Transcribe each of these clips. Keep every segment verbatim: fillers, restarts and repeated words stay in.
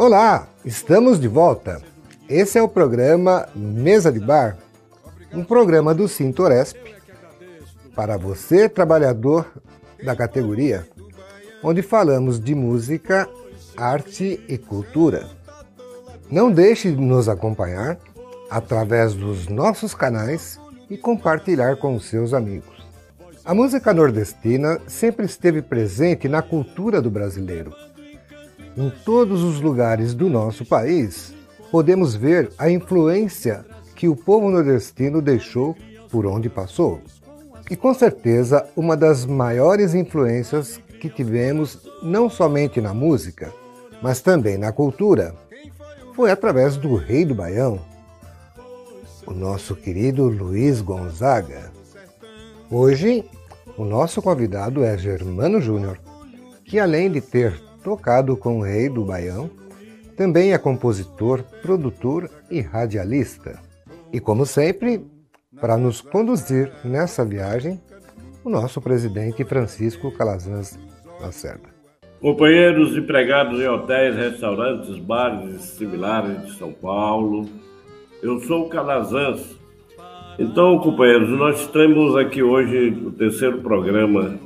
Olá, estamos de volta. Esse é o programa Mesa de Bar, um programa do Sintoresp para você, trabalhador da categoria, onde falamos de música, arte e cultura. Não deixe de nos acompanhar através dos nossos canais e compartilhar com os seus amigos. A música nordestina sempre esteve presente na cultura do brasileiro. Em todos os lugares do nosso país, podemos ver a influência que o povo nordestino deixou por onde passou. E com certeza, uma das maiores influências que tivemos, não somente na música, mas também na cultura, foi através do Rei do Baião, o nosso querido Luiz Gonzaga. Hoje, o nosso convidado é Germano Júnior, que além de ter tocado com o Rei do Baião, também é compositor, produtor e radialista. E como sempre, para nos conduzir nessa viagem, o nosso presidente Francisco Calazans Lacerda. Companheiros empregados em hotéis, restaurantes, bares e similares de São Paulo, eu sou o Calazans. Então, companheiros, nós estamos aqui hoje no terceiro programa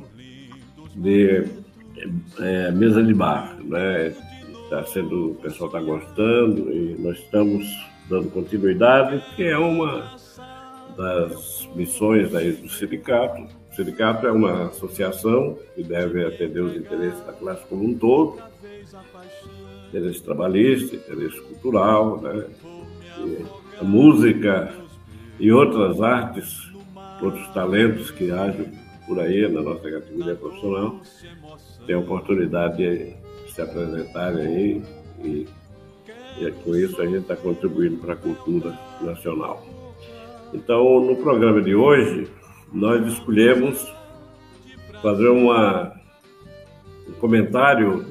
de é, Mesa de Bar, né? Tá sendo, o pessoal está gostando e nós estamos dando continuidade, que é uma das missões aí do sindicato. O sindicato é uma associação que deve atender os interesses da classe como um todo, interesse trabalhista, interesse cultural, né? E a música e outras artes, outros talentos que agem por aí na nossa categoria profissional, tem a oportunidade de se apresentarem aí e, e com isso a gente está contribuindo para a cultura nacional. Então, no programa de hoje, nós escolhemos fazer uma, um comentário,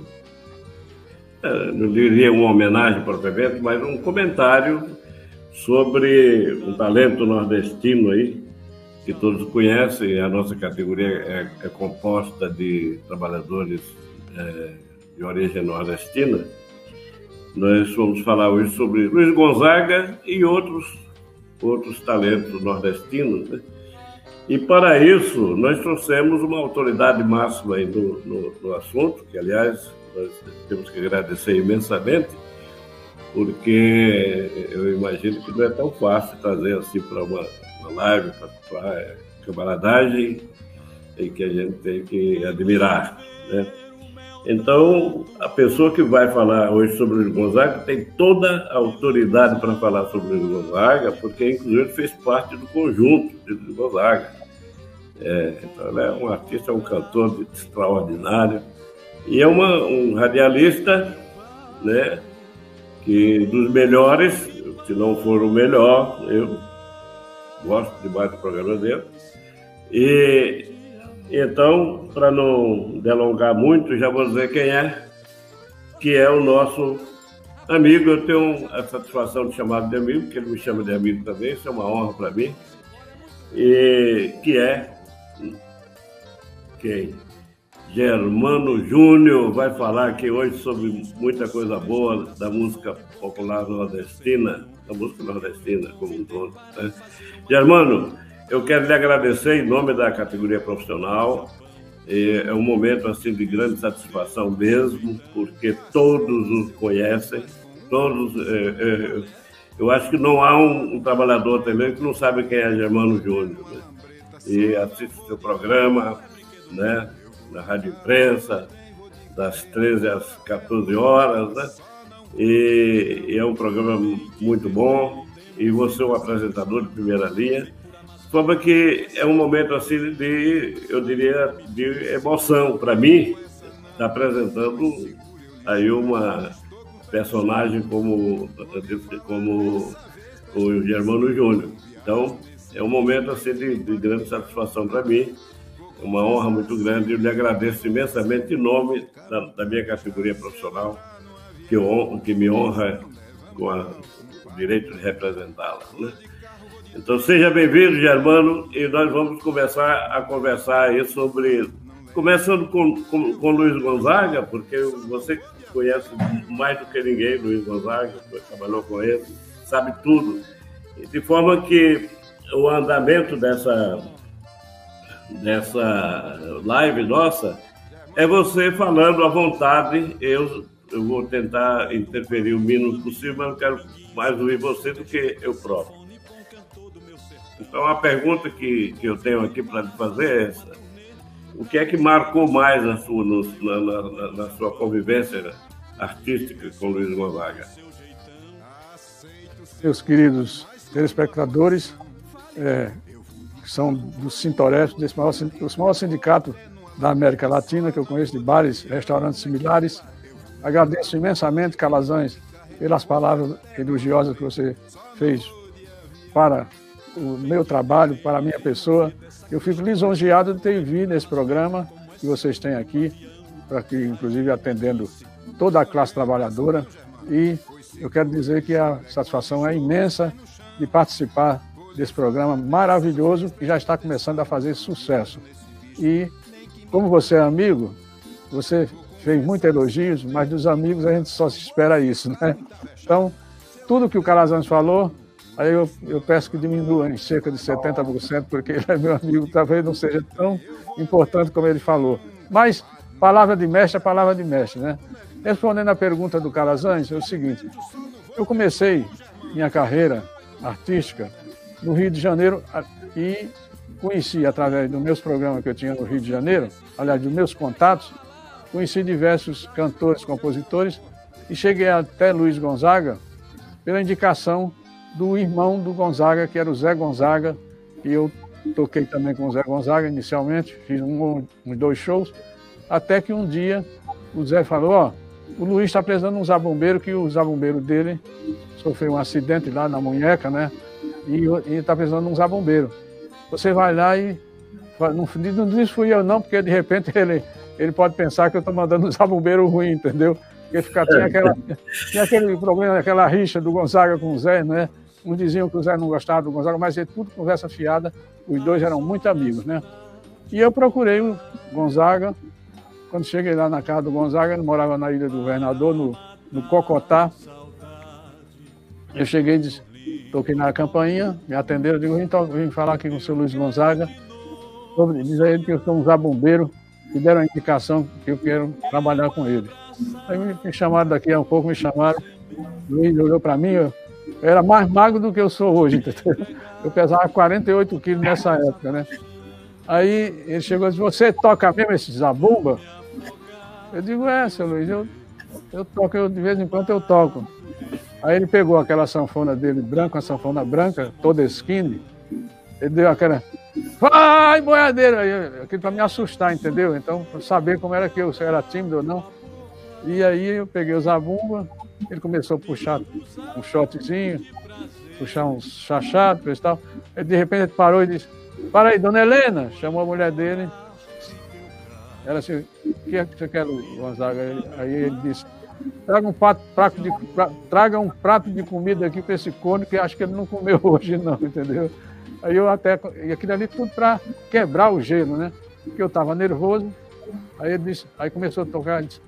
não diria uma homenagem propriamente, mas um comentário sobre um talento nordestino aí, que todos conhecem. A nossa categoria é, é composta de trabalhadores é, de origem nordestina. Nós vamos falar hoje sobre Luiz Gonzaga e outros, outros talentos nordestinos, né? E para isso, nós trouxemos uma autoridade máxima aí no, no, no assunto, que, aliás, nós temos que agradecer imensamente, porque eu imagino que não é tão fácil trazer assim para uma, uma live, para camaradagem, e que a gente tem que admirar, né? Então, a pessoa que vai falar hoje sobre o Luiz Gonzaga tem toda a autoridade para falar sobre o Luiz Gonzaga, porque inclusive fez parte do conjunto de Luiz Gonzaga. É, então, ele é um artista, é um cantor extraordinário e é uma, um radialista, né, que dos melhores, se não for o melhor, eu gosto demais do programa dele. E então, para não delongar muito, já vou dizer quem é, que é o nosso amigo. Eu tenho a satisfação de chamá-lo de amigo, porque ele me chama de amigo também, isso é uma honra para mim. E que é quem? Germano Júnior vai falar aqui hoje sobre muita coisa boa da música popular nordestina, da música nordestina como um todo, né? Germano, eu quero lhe agradecer em nome da categoria profissional. É um momento assim de grande satisfação mesmo, porque todos os conhecem, todos. É, é, eu acho que não há um, um trabalhador também que não sabe quem é Germano Júnior, né? E assiste o seu programa, né, na Rádio Imprensa, das treze às quatorze horas, né? E, e é um programa muito bom, e você é um apresentador de primeira linha. Como que é um momento assim de, eu diria, de emoção para mim, estar apresentando aí uma personagem como, como o Germano Júnior. Então, é um momento assim de, de grande satisfação para mim, uma honra muito grande. Eu lhe agradeço imensamente em nome da, da minha categoria profissional, que, eu, que me honra com a, o direito de representá-la, né? Então, seja bem-vindo, Germano, e nós vamos começar a conversar aí sobre... Começando com, com, com Luiz Gonzaga, porque você conhece mais do que ninguém, Luiz Gonzaga, trabalhou com ele, sabe tudo. De forma que o andamento dessa, dessa live nossa é você falando à vontade. Eu, eu vou tentar interferir o mínimo possível, mas eu quero mais ouvir você do que eu próprio. Então, a pergunta que, que eu tenho aqui para lhe fazer é essa. O que é que marcou mais na sua, no, na, na, na sua convivência artística com Luiz Gonzaga? Meus queridos telespectadores, é, que são do Sintoresp, desse maior, desse maior sindicato da América Latina, que eu conheço, de bares, restaurantes similares, agradeço imensamente, Calazans, pelas palavras elogiosas que você fez para o meu trabalho, para a minha pessoa. Eu fico lisonjeado de ter vindo nesse programa que vocês têm aqui, para que, inclusive, atendendo toda a classe trabalhadora. E eu quero dizer que a satisfação é imensa de participar desse programa maravilhoso que já está começando a fazer sucesso. E, como você é amigo, você fez muitos elogios, mas dos amigos a gente só se espera isso, né? Então, tudo que o Calazans falou, aí eu, eu peço que diminua em cerca de setenta por cento, porque ele é meu amigo, talvez não seja tão importante como ele falou. Mas, palavra de mestre é palavra de mestre, né? Respondendo à pergunta do Calazans, é o seguinte: eu comecei minha carreira artística no Rio de Janeiro e conheci, através dos meus programas que eu tinha no Rio de Janeiro, aliás, dos meus contatos, conheci diversos cantores, compositores e cheguei até Luiz Gonzaga pela indicação do irmão do Gonzaga, que era o Zé Gonzaga, e eu toquei também com o Zé Gonzaga inicialmente, fiz um, uns dois shows, até que um dia o Zé falou: ó, o Luiz está precisando de um zabumbeiro, que o zabumbeiro dele sofreu um acidente lá na munheca, né? E está precisando de um zabumbeiro. Você vai lá e... Não, não disse fui eu não, porque de repente ele, ele pode pensar que eu estou mandando um zabumbeiro ruim, entendeu? Porque fica, tinha, aquela, tinha aquele problema, aquela rixa do Gonzaga com o Zé, né? Uns diziam que o Zé não gostava do Gonzaga, mas é tudo conversa fiada, os dois eram muito amigos, né? E eu procurei o Gonzaga. Quando cheguei lá na casa do Gonzaga, ele morava na Ilha do Governador, no, no Cocotá. Eu cheguei e disse, toquei na campainha, me atenderam, eu digo, vim, vim falar aqui com o seu Luiz Gonzaga, sobre, diz a ele que eu sou um zabumbeiro, e deram a indicação que eu quero trabalhar com ele. Aí me chamaram daqui a um pouco, me chamaram, o Luiz olhou para mim, eu, eu era mais magro do que eu sou hoje, entendeu? Eu pesava quarenta e oito quilos nessa época, né? Aí ele chegou e disse, você toca mesmo esse zabumba? Eu digo, é, seu Luiz, eu, eu toco, eu, de vez em quando eu toco. Aí ele pegou aquela sanfona dele branca, uma sanfona branca, toda skinny, ele deu aquela, vai, boiadeiro, aí, aquilo para me assustar, entendeu? Então, para saber como era que eu, se eu era tímido ou não. E aí eu peguei o zabumba, ele começou a puxar um shotzinho, puxar uns chachados e tal. Aí de repente ele parou e disse, para aí, dona Helena, chamou a mulher dele. Ela disse, o que é que você quer, Gonzaga? Aí ele disse, traga um prato, prato de, pra, traga um prato de comida aqui para esse corno, que acho que ele não comeu hoje não, entendeu? Aí eu até, e aquilo ali tudo para quebrar o gelo, né? Porque eu estava nervoso. Aí ele disse, aí começou a tocar, disse,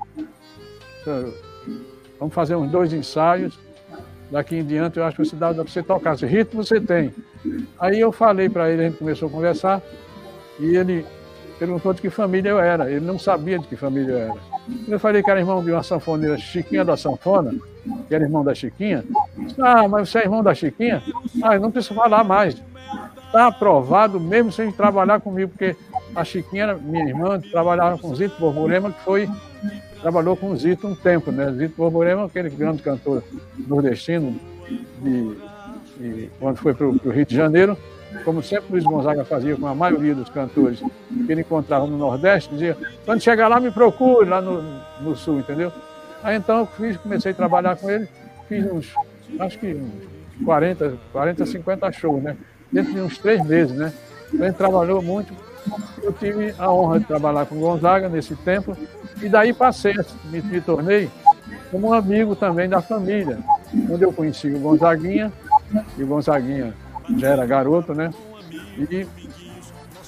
vamos fazer uns dois ensaios, daqui em diante eu acho que você dá para você tocar, esse ritmo você tem. Aí eu falei para ele, a gente começou a conversar, e ele perguntou de que família eu era, ele não sabia de que família eu era. Eu falei que era irmão de uma sanfoneira, Chiquinha da Sanfona, que era irmão da Chiquinha. Ah, mas você é irmão da Chiquinha? Ah, eu não preciso falar mais. Está aprovado mesmo sem trabalhar comigo, porque a Chiquinha era minha irmã, trabalhava com Zito Borborema, que foi, trabalhou com o Zito um tempo, né? Zito Borborema, aquele grande cantor nordestino, de, de, quando foi para o Rio de Janeiro, como sempre Luiz Gonzaga fazia com a maioria dos cantores que ele encontrava no Nordeste, dizia, quando chegar lá me procure, lá no, no Sul, entendeu? Aí então eu fiz, comecei a trabalhar com ele, fiz uns, acho que uns quarenta, quarenta, cinquenta shows, né? Dentro de uns três meses, né? Então ele trabalhou muito, eu tive a honra de trabalhar com o Gonzaga nesse tempo, e daí passei, me, me tornei como um amigo também da família, onde eu conheci o Gonzaguinha, e o Gonzaguinha já era garoto, né? E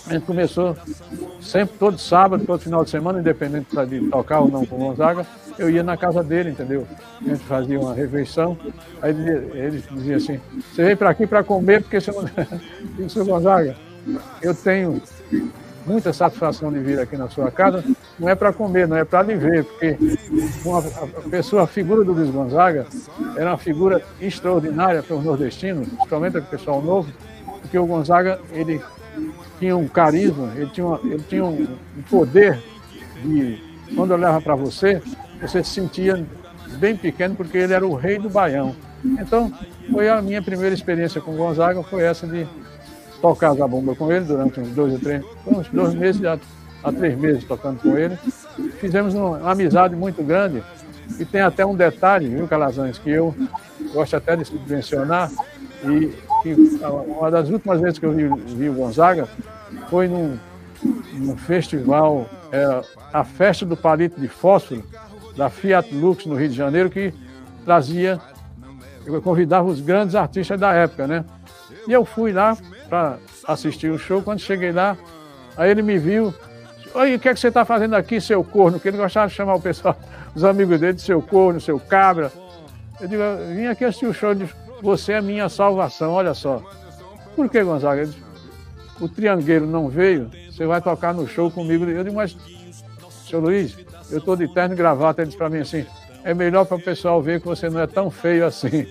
a gente começou sempre, todo sábado, todo final de semana, independente de tocar ou não com o Gonzaga, eu ia na casa dele, entendeu? A gente fazia uma refeição, aí ele, ele dizia assim, você veio para aqui para comer, porque você não... Eu disse, Gonzaga, eu tenho muita satisfação de vir aqui na sua casa, não é para comer, não é para lhe ver, porque uma, a pessoa, a figura do Luiz Gonzaga era uma figura extraordinária para os nordestinos, principalmente para o pessoal novo, porque o Gonzaga, ele tinha um carisma, ele tinha, uma, ele tinha um, um poder de, quando eu olhava para você, você se sentia bem pequeno, porque ele era o rei do baião. Então, foi a minha primeira experiência com o Gonzaga, foi essa de tocar a zabumba com ele durante uns dois ou três, uns dois meses, a, a três meses tocando com ele. Fizemos uma, uma amizade muito grande, e tem até um detalhe, viu, Calazans, que eu gosto até de mencionar, e que uma das últimas vezes que eu vi, vi o Gonzaga foi num, num festival, é, a Festa do Palito de Fósforo, da Fiat Lux, no Rio de Janeiro, que trazia, eu convidava os grandes artistas da época, né? E eu fui lá para assistir o show. Quando cheguei lá, aí ele me viu, oi, o que é que você está fazendo aqui, seu corno? Porque ele gostava de chamar o pessoal, os amigos dele, de seu corno, seu cabra. Eu digo, eu vim aqui assistir o show, de você é minha salvação, olha só. Por que, Gonzaga? Ele disse, o Triangueiro não veio, você vai tocar no show comigo. Eu digo, mas, seu Luiz, eu estou de terno e gravata. Ele disse para mim assim, é melhor para o pessoal ver que você não é tão feio assim.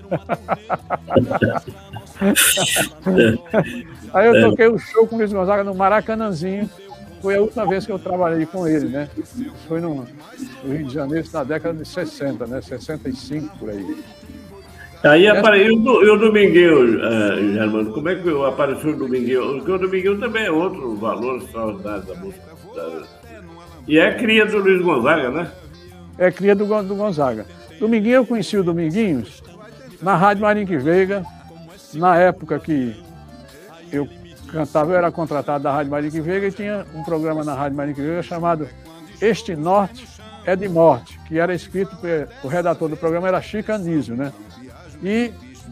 Aí eu toquei o show com o Luiz Gonzaga no Maracanãzinho. Foi a última vez que eu trabalhei com ele, né? Foi no, no Rio de Janeiro, na década de sessenta, né? sessenta e cinco, por aí. Aí apareceu o Dominguinho, uh, Germano. Como é que apareceu o Dominguinho? Porque o Dominguinho também é outro valor extraordinário da música. Da... E é cria do Luiz Gonzaga, né? É cria do, do Gonzaga. Dominguinho, eu conheci o Dominguinhos na Rádio Marinque Veiga, na época que eu cantava, eu era contratado da Rádio Marinque Veiga e tinha um programa na Rádio Marinque Veiga chamado Este Norte é de Morte, que era escrito, o redator do programa era Chico Anísio, né? E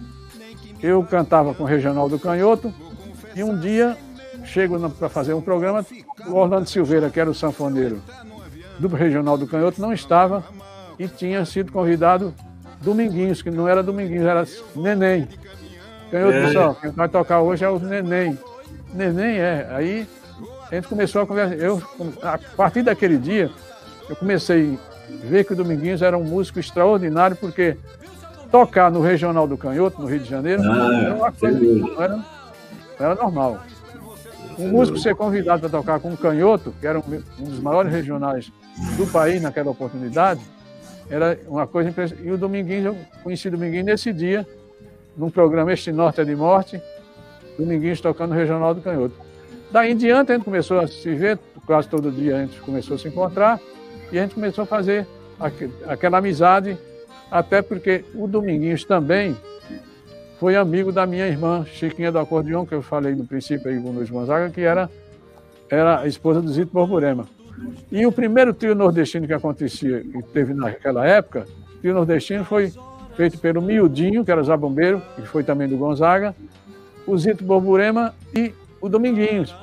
eu cantava com o Regional do Canhoto, e um dia chego para fazer um programa, o Orlando Silveira, que era o sanfoneiro do Regional do Canhoto, não estava, e tinha sido convidado Dominguinhos, que não era Dominguinhos, era Neném. Canhoto disse, ó, quem vai tocar hoje é o Neném. Neném, é. Aí a gente começou a conversar. Eu, a partir daquele dia, eu comecei a ver que o Dominguinhos era um músico extraordinário, porque tocar no Regional do Canhoto, no Rio de Janeiro, ah, era uma coisa, não era, não era normal. Um músico ser convidado para tocar com um canhoto, que era um, um dos maiores regionais do país naquela oportunidade, era uma coisa impressionante. E o Dominguinhos, eu conheci o Dominguinhos nesse dia, num programa Este Norte é de Morte, Dominguinhos tocando no Regional do Canhoto. Daí em diante a gente começou a se ver, quase todo dia a gente começou a se encontrar, e a gente começou a fazer aqu- aquela amizade, até porque o Dominguinhos também foi amigo da minha irmã, Chiquinha do Acordeão, que eu falei no princípio aí com o Luiz Gonzaga, que era, era a esposa do Zito Borborema. E o primeiro trio nordestino que acontecia, e teve naquela época, o trio nordestino foi feito pelo Miudinho, que era zabumbeiro, que foi também do Gonzaga, o Zito Borborema e o Dominguinhos.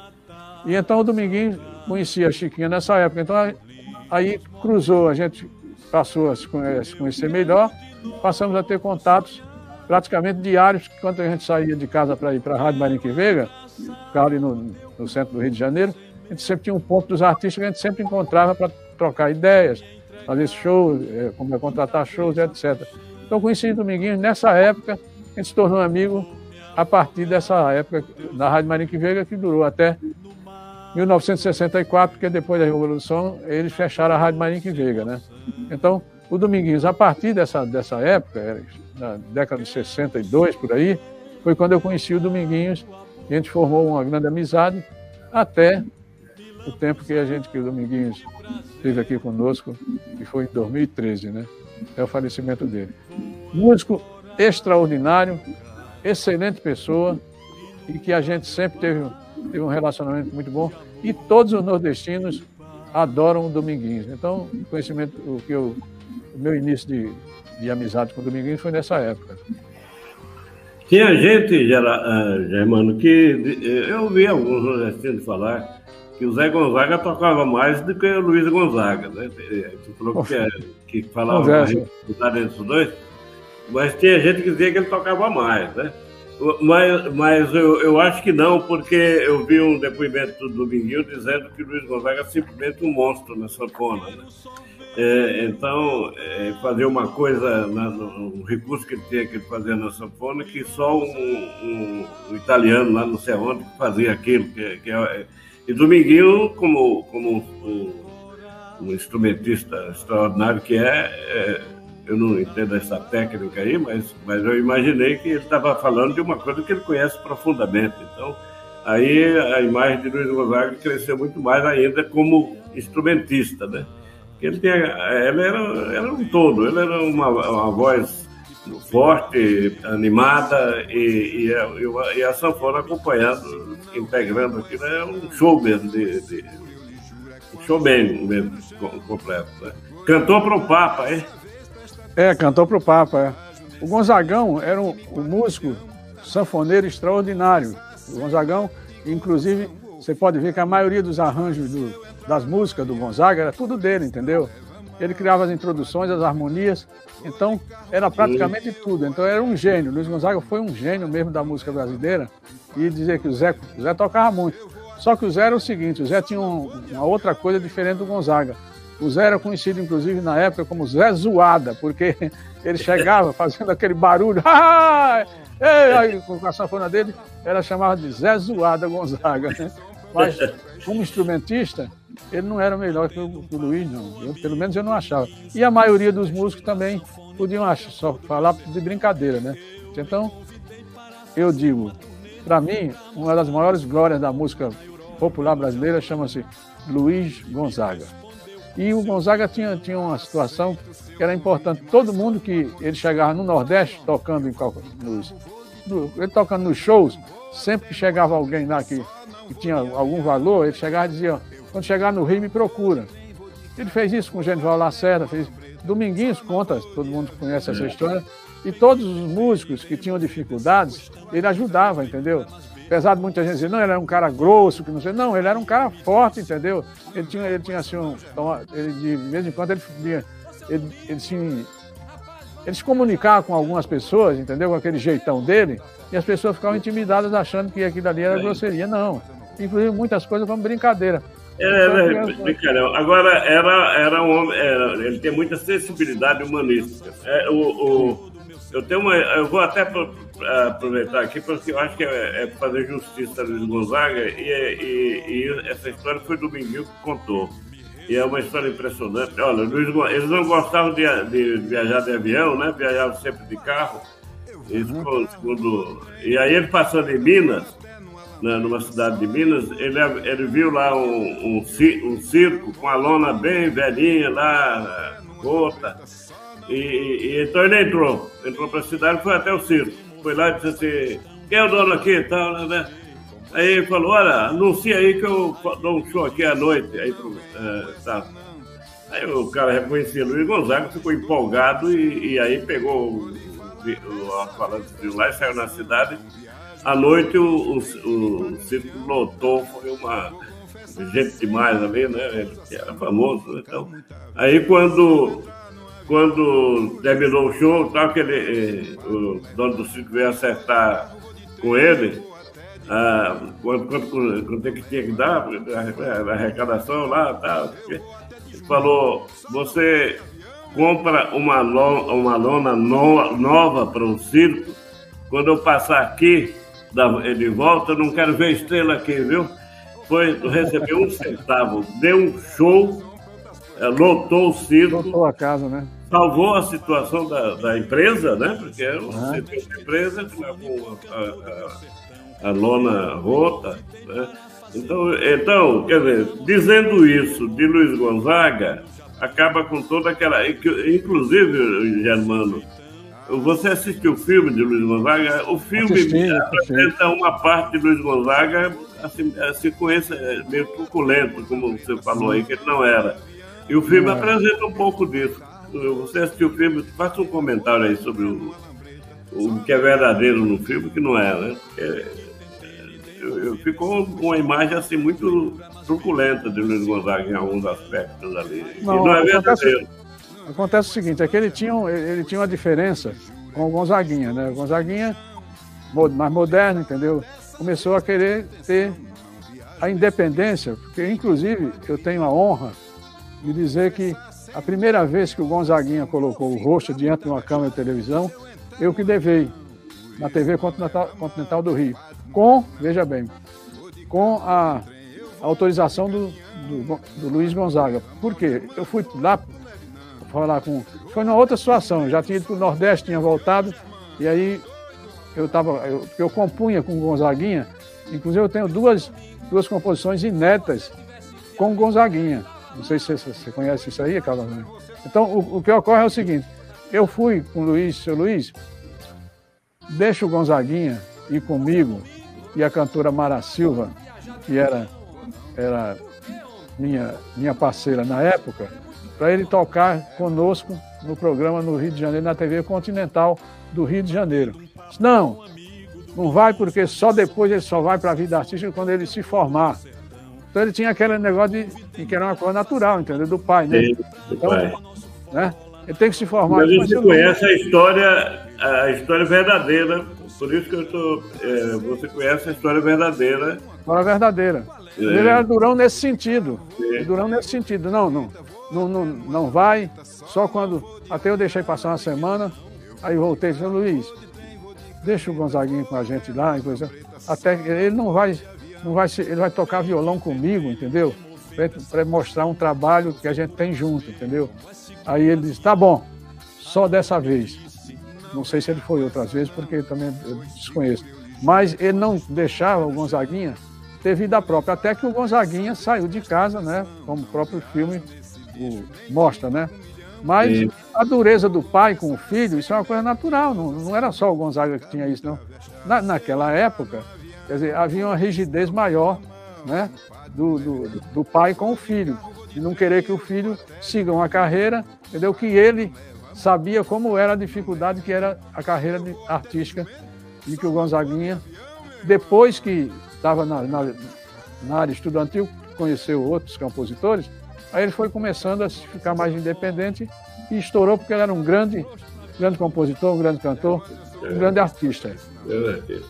E então o Dominguinhos conhecia a Chiquinha nessa época. Então aí cruzou, a gente passou a se conhecer melhor, passamos a ter contatos praticamente diários, que quando a gente saía de casa para ir para a Rádio Marinque Veiga, ficava ali no, no centro do Rio de Janeiro, a gente sempre tinha um ponto dos artistas que a gente sempre encontrava para trocar ideias, fazer shows, é, como é contratar shows, etcétera. Então, conheci o Dominguinhos nessa época, a gente se tornou amigo a partir dessa época da Rádio Marinque Veiga, que durou até mil novecentos e sessenta e quatro, porque depois da Revolução eles fecharam a Rádio Marinque Veiga, né? Então, o Dominguinhos, a partir dessa, dessa época, na década de sessenta e dois, por aí, foi quando eu conheci o Dominguinhos, e a gente formou uma grande amizade, até o tempo que a gente, que o Dominguinhos esteve aqui conosco, que foi em dois mil e treze, né? É o falecimento dele. Músico extraordinário, excelente pessoa, e que a gente sempre teve, teve um relacionamento muito bom, e todos os nordestinos adoram o Dominguinhos. Então, o conhecimento, o que eu, o meu início de, de amizade com o Dominguinhos foi nessa época. Tinha gente, Germano, que eu ouvi alguns nordestinos falar que o Zé Gonzaga tocava mais do que o Luiz Gonzaga, né? Tu falou que, é, que falava mais entre os dois, mas tinha gente que dizia que ele tocava mais, né? Mas, mas eu, eu acho que não, porque eu vi um depoimento do Dominguinho dizendo que o Luiz Gonzaga é simplesmente um monstro na sanfona, né? É, então, é, fazer uma coisa, na, no, um recurso que ele tinha que fazer na sanfona, que só um, um, um italiano lá não sei onde fazia aquilo. Que, que é, e Dominguinho, como, como um, um instrumentista extraordinário que é, é, eu não entendo essa técnica aí, mas, mas eu imaginei que ele estava falando de uma coisa que ele conhece profundamente. Então, aí a imagem de Luiz Gonzaga cresceu muito mais ainda como instrumentista, né? Ele, tinha, ele era, era um todo, ele era uma, uma voz forte, animada, e, e, a, e a sanfona acompanhando, integrando aquilo, é um show mesmo, de, de, um show bem mesmo, completo. Né? Cantou para o Papa, hein? É, cantou para o Papa, é. O Gonzagão era um, um músico sanfoneiro extraordinário. O Gonzagão, inclusive, você pode ver que a maioria dos arranjos do, das músicas do Gonzaga era tudo dele, entendeu? Ele criava as introduções, as harmonias, então era praticamente tudo. Então era um gênio. Luiz Gonzaga foi um gênio mesmo da música brasileira, e dizer que o Zé, o Zé tocava muito. Só que o Zé era o seguinte, o Zé tinha um, uma outra coisa diferente do Gonzaga. O Zé era conhecido, inclusive, na época como Zé Zoada, porque ele chegava fazendo aquele barulho, aí, com a sanfona dele, era chamado de Zé Zoada Gonzaga, né? Mas, como instrumentista, ele não era melhor que o, que o Luiz, não. Eu, pelo menos eu não achava. E a maioria dos músicos também podiam achar, só falar de brincadeira, né? Então, eu digo, para mim, uma das maiores glórias da música popular brasileira chama-se Luiz Gonzaga. E o Gonzaga tinha, tinha uma situação que era importante. Todo mundo que ele chegava no Nordeste, tocando em nos, no, ele tocando nos shows, sempre que chegava alguém lá que, que tinha algum valor, ele chegava e dizia, quando chegar no Rio, me procura. Ele fez isso com o Genival Lacerda, fez Dominguinhos, conta, todo mundo conhece essa história, e todos os músicos que tinham dificuldades, ele ajudava, entendeu? Apesar de muita gente dizer, não, ele era um cara grosso, que não sei, não, ele era um cara forte, entendeu? Ele tinha, ele tinha assim, um, ele, de vez em quando ele, ele, ele, ele, se, ele se comunicava com algumas pessoas, entendeu? Com aquele jeitão dele, e as pessoas ficavam intimidadas achando que aquilo ali era grosseria. Não, inclusive muitas coisas como brincadeira. Era, era brincadeira. Agora, era, era um homem, era, ele tem muita sensibilidade humanística. É, o, o, eu, tenho uma, eu vou até aproveitar aqui, porque eu acho que é, é fazer justiça a Luiz Gonzaga, e, e, e essa história foi do Dominguinho que contou. E é uma história impressionante. Olha, Luiz, eles não gostavam de, de viajar de avião, né? Viajavam sempre de carro. Isso foi, segundo, e aí ele passando em Minas, né, numa cidade de Minas, ele, ele viu lá um, um, um circo com a lona bem velhinha lá, rota, e, e então ele entrou, entrou para a cidade, foi até o circo, foi lá e disse assim, quem é o dono aqui e tal, né? Aí ele falou, olha, anuncia aí que eu dou um show aqui à noite, aí, uh, tá. Aí o cara reconhecia Luiz Gonzaga, ficou empolgado e, e aí pegou o, o alto-falante de lá e saiu na cidade. À noite o, o, o circo lotou, foi uma gente demais ali, né? Ele era famoso, então. Aí quando, quando terminou o show, tal, que ele, o dono do circo veio acertar com ele, ah, quando, quando, quando tem que tinha que dar, a, a arrecadação lá, tal, ele falou, você compra uma, lona, uma lona no, nova para o circo, quando eu passar aqui, de volta, eu não quero ver estrela aqui, viu? Foi, recebeu um centavo, deu um show, lotou o circo. Lotou a casa, né? Salvou a situação da, da empresa, né? Porque era uma ah. empresa com a, a, a lona rota, né? Então, então, quer dizer, dizendo isso de Luiz Gonzaga, acaba com toda aquela... Inclusive, Germano, você assistiu o filme de Luiz Gonzaga? O filme assisti, apresenta assisti. uma parte de Luiz Gonzaga, assim, assim com esse meio truculento, como você falou aí, que ele não era. E o filme é. apresenta um pouco disso. Você assistiu o filme, faça um comentário aí sobre o, o, o que é verdadeiro no filme, que não é, né? Porque eu, eu, ficou uma imagem assim muito truculenta de Luiz Gonzaga em alguns aspectos ali. Não, e não é acontece, verdadeiro. Acontece o seguinte, é que ele tinha, ele tinha uma diferença com o Gonzaguinha, né? O Gonzaguinha, mais moderno, entendeu? Começou a querer ter a independência, porque inclusive eu tenho a honra de dizer que a primeira vez que o Gonzaguinha colocou o rosto diante de uma câmera de televisão, eu que levei na T V Continental, Continental do Rio, com, veja bem, com a autorização do, do, do Luiz Gonzaga. Por quê? Eu fui lá falar com... Foi numa outra situação, eu já tinha ido para o Nordeste, tinha voltado, e aí eu tava, eu, eu compunha com o Gonzaguinha, inclusive eu tenho duas, duas composições inéditas com o Gonzaguinha. Não sei se você, você conhece isso aí, Carlos. Então, o, o que ocorre é o seguinte, eu fui com o Luiz, seu Luiz, deixa o Gonzaguinha ir comigo, e a cantora Mara Silva, que era, era minha, minha parceira na época, para ele tocar conosco no programa no Rio de Janeiro, na T V Continental do Rio de Janeiro. Disse, não, não vai porque só depois ele só vai para a vida artística quando ele se formar. Então ele tinha aquele negócio de, de que era uma coisa natural, entendeu? Do pai, né? Sim, do então, pai. Né? Ele tem que se formar. Mas você conhece a história, a história verdadeira, por isso que eu estou... É, você conhece a história verdadeira. História verdadeira. É. Ele era durão nesse sentido. Sim. Durão nesse sentido. Não, não, não, não, não vai, só quando... Até eu deixei passar uma semana, aí voltei e disse, Luiz, deixa o Gonzaguinha com a gente lá, coisa. Até ele não vai... Não vai ser, ele vai tocar violão comigo, entendeu? Para mostrar um trabalho que a gente tem junto, entendeu? Aí ele disse, tá bom, só dessa vez. Não sei se ele foi outras vezes, porque também eu desconheço. Mas ele não deixava o Gonzaguinha ter vida própria, até que o Gonzaguinha saiu de casa, né? Como o próprio filme o, mostra, né? Mas Sim. a dureza do pai com o filho, isso é uma coisa natural, não, não era só o Gonzaga que tinha isso, não. Na, naquela época, quer dizer, havia uma rigidez maior, né, do, do, do pai com o filho, de não querer que o filho siga uma carreira, entendeu? Que ele sabia como era a dificuldade que era a carreira de, artística e que o Gonzaguinha, depois que estava na, na, na área estudantil, conheceu outros compositores, aí ele foi começando a ficar mais independente e estourou porque ele era um grande, grande compositor, um grande cantor, um grande artista. É.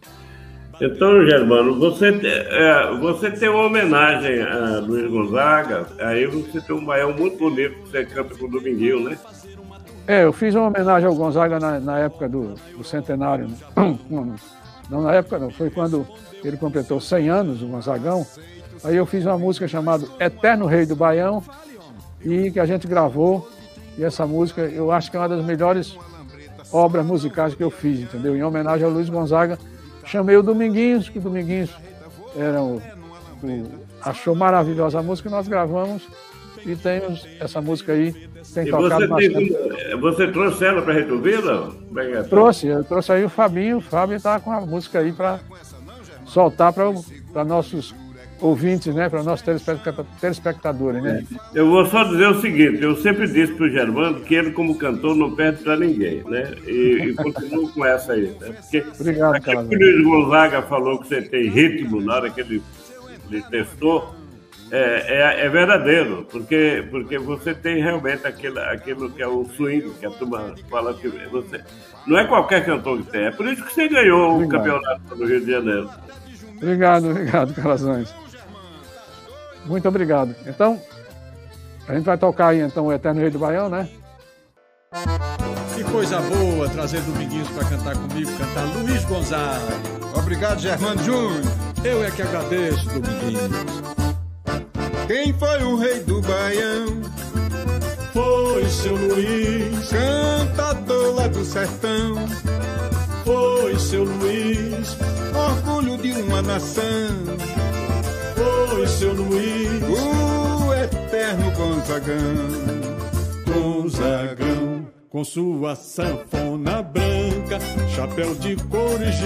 Então, Germano, você, é, você tem uma homenagem a Luiz Gonzaga, aí você tem um baião muito bonito que você canta com o Dominguinho, né? É, eu fiz uma homenagem ao Gonzaga na, na época do, do centenário. Né? Não, na época não, foi quando ele completou cem anos, o Gonzagão. Aí eu fiz uma música chamada Eterno Rei do Baião, e que a gente gravou, e essa música eu acho que é uma das melhores obras musicais que eu fiz, entendeu? Em homenagem ao Luiz Gonzaga. Chamei o Dominguinhos, que o Dominguinhos era o, o, achou maravilhosa a música, e nós gravamos e temos essa música aí, tem e tocado você bastante. Tem, você trouxe ela para Retovila? É trouxe, eu trouxe aí o Fabinho, o Fábio está com a música aí para soltar para nossos ouvintes, né, para nossos telespectadores, né? Eu vou só dizer o seguinte, eu sempre disse para o Germano que ele como cantor não perde para ninguém, né? E, e continuo com essa aí, né? Porque obrigado, cara. O Luiz Gonzaga falou que você tem ritmo na hora que ele, ele testou, é, é, é verdadeiro, porque, porque você tem realmente aquilo, aquilo que é o swing, que a turma fala que você... Não é qualquer cantor que tem, é por isso que você ganhou obrigado. O campeonato do Rio de Janeiro. Obrigado, obrigado, Calazans. Muito obrigado. Então, a gente vai tocar aí então o Eterno Rei do Baião, né? Que coisa boa trazer Dominguinhos para cantar comigo, cantar Luiz Gonzaga. Obrigado, Germano Júnior. Eu é que agradeço, Dominguinhos. Quem foi o rei do Baião? Foi seu Luiz, cantador lá do sertão. Foi seu Luiz, orgulho de uma nação. Foi seu Luiz, o eterno Gonzagão. Gonzagão, com sua sanfona branca, chapéu de couro e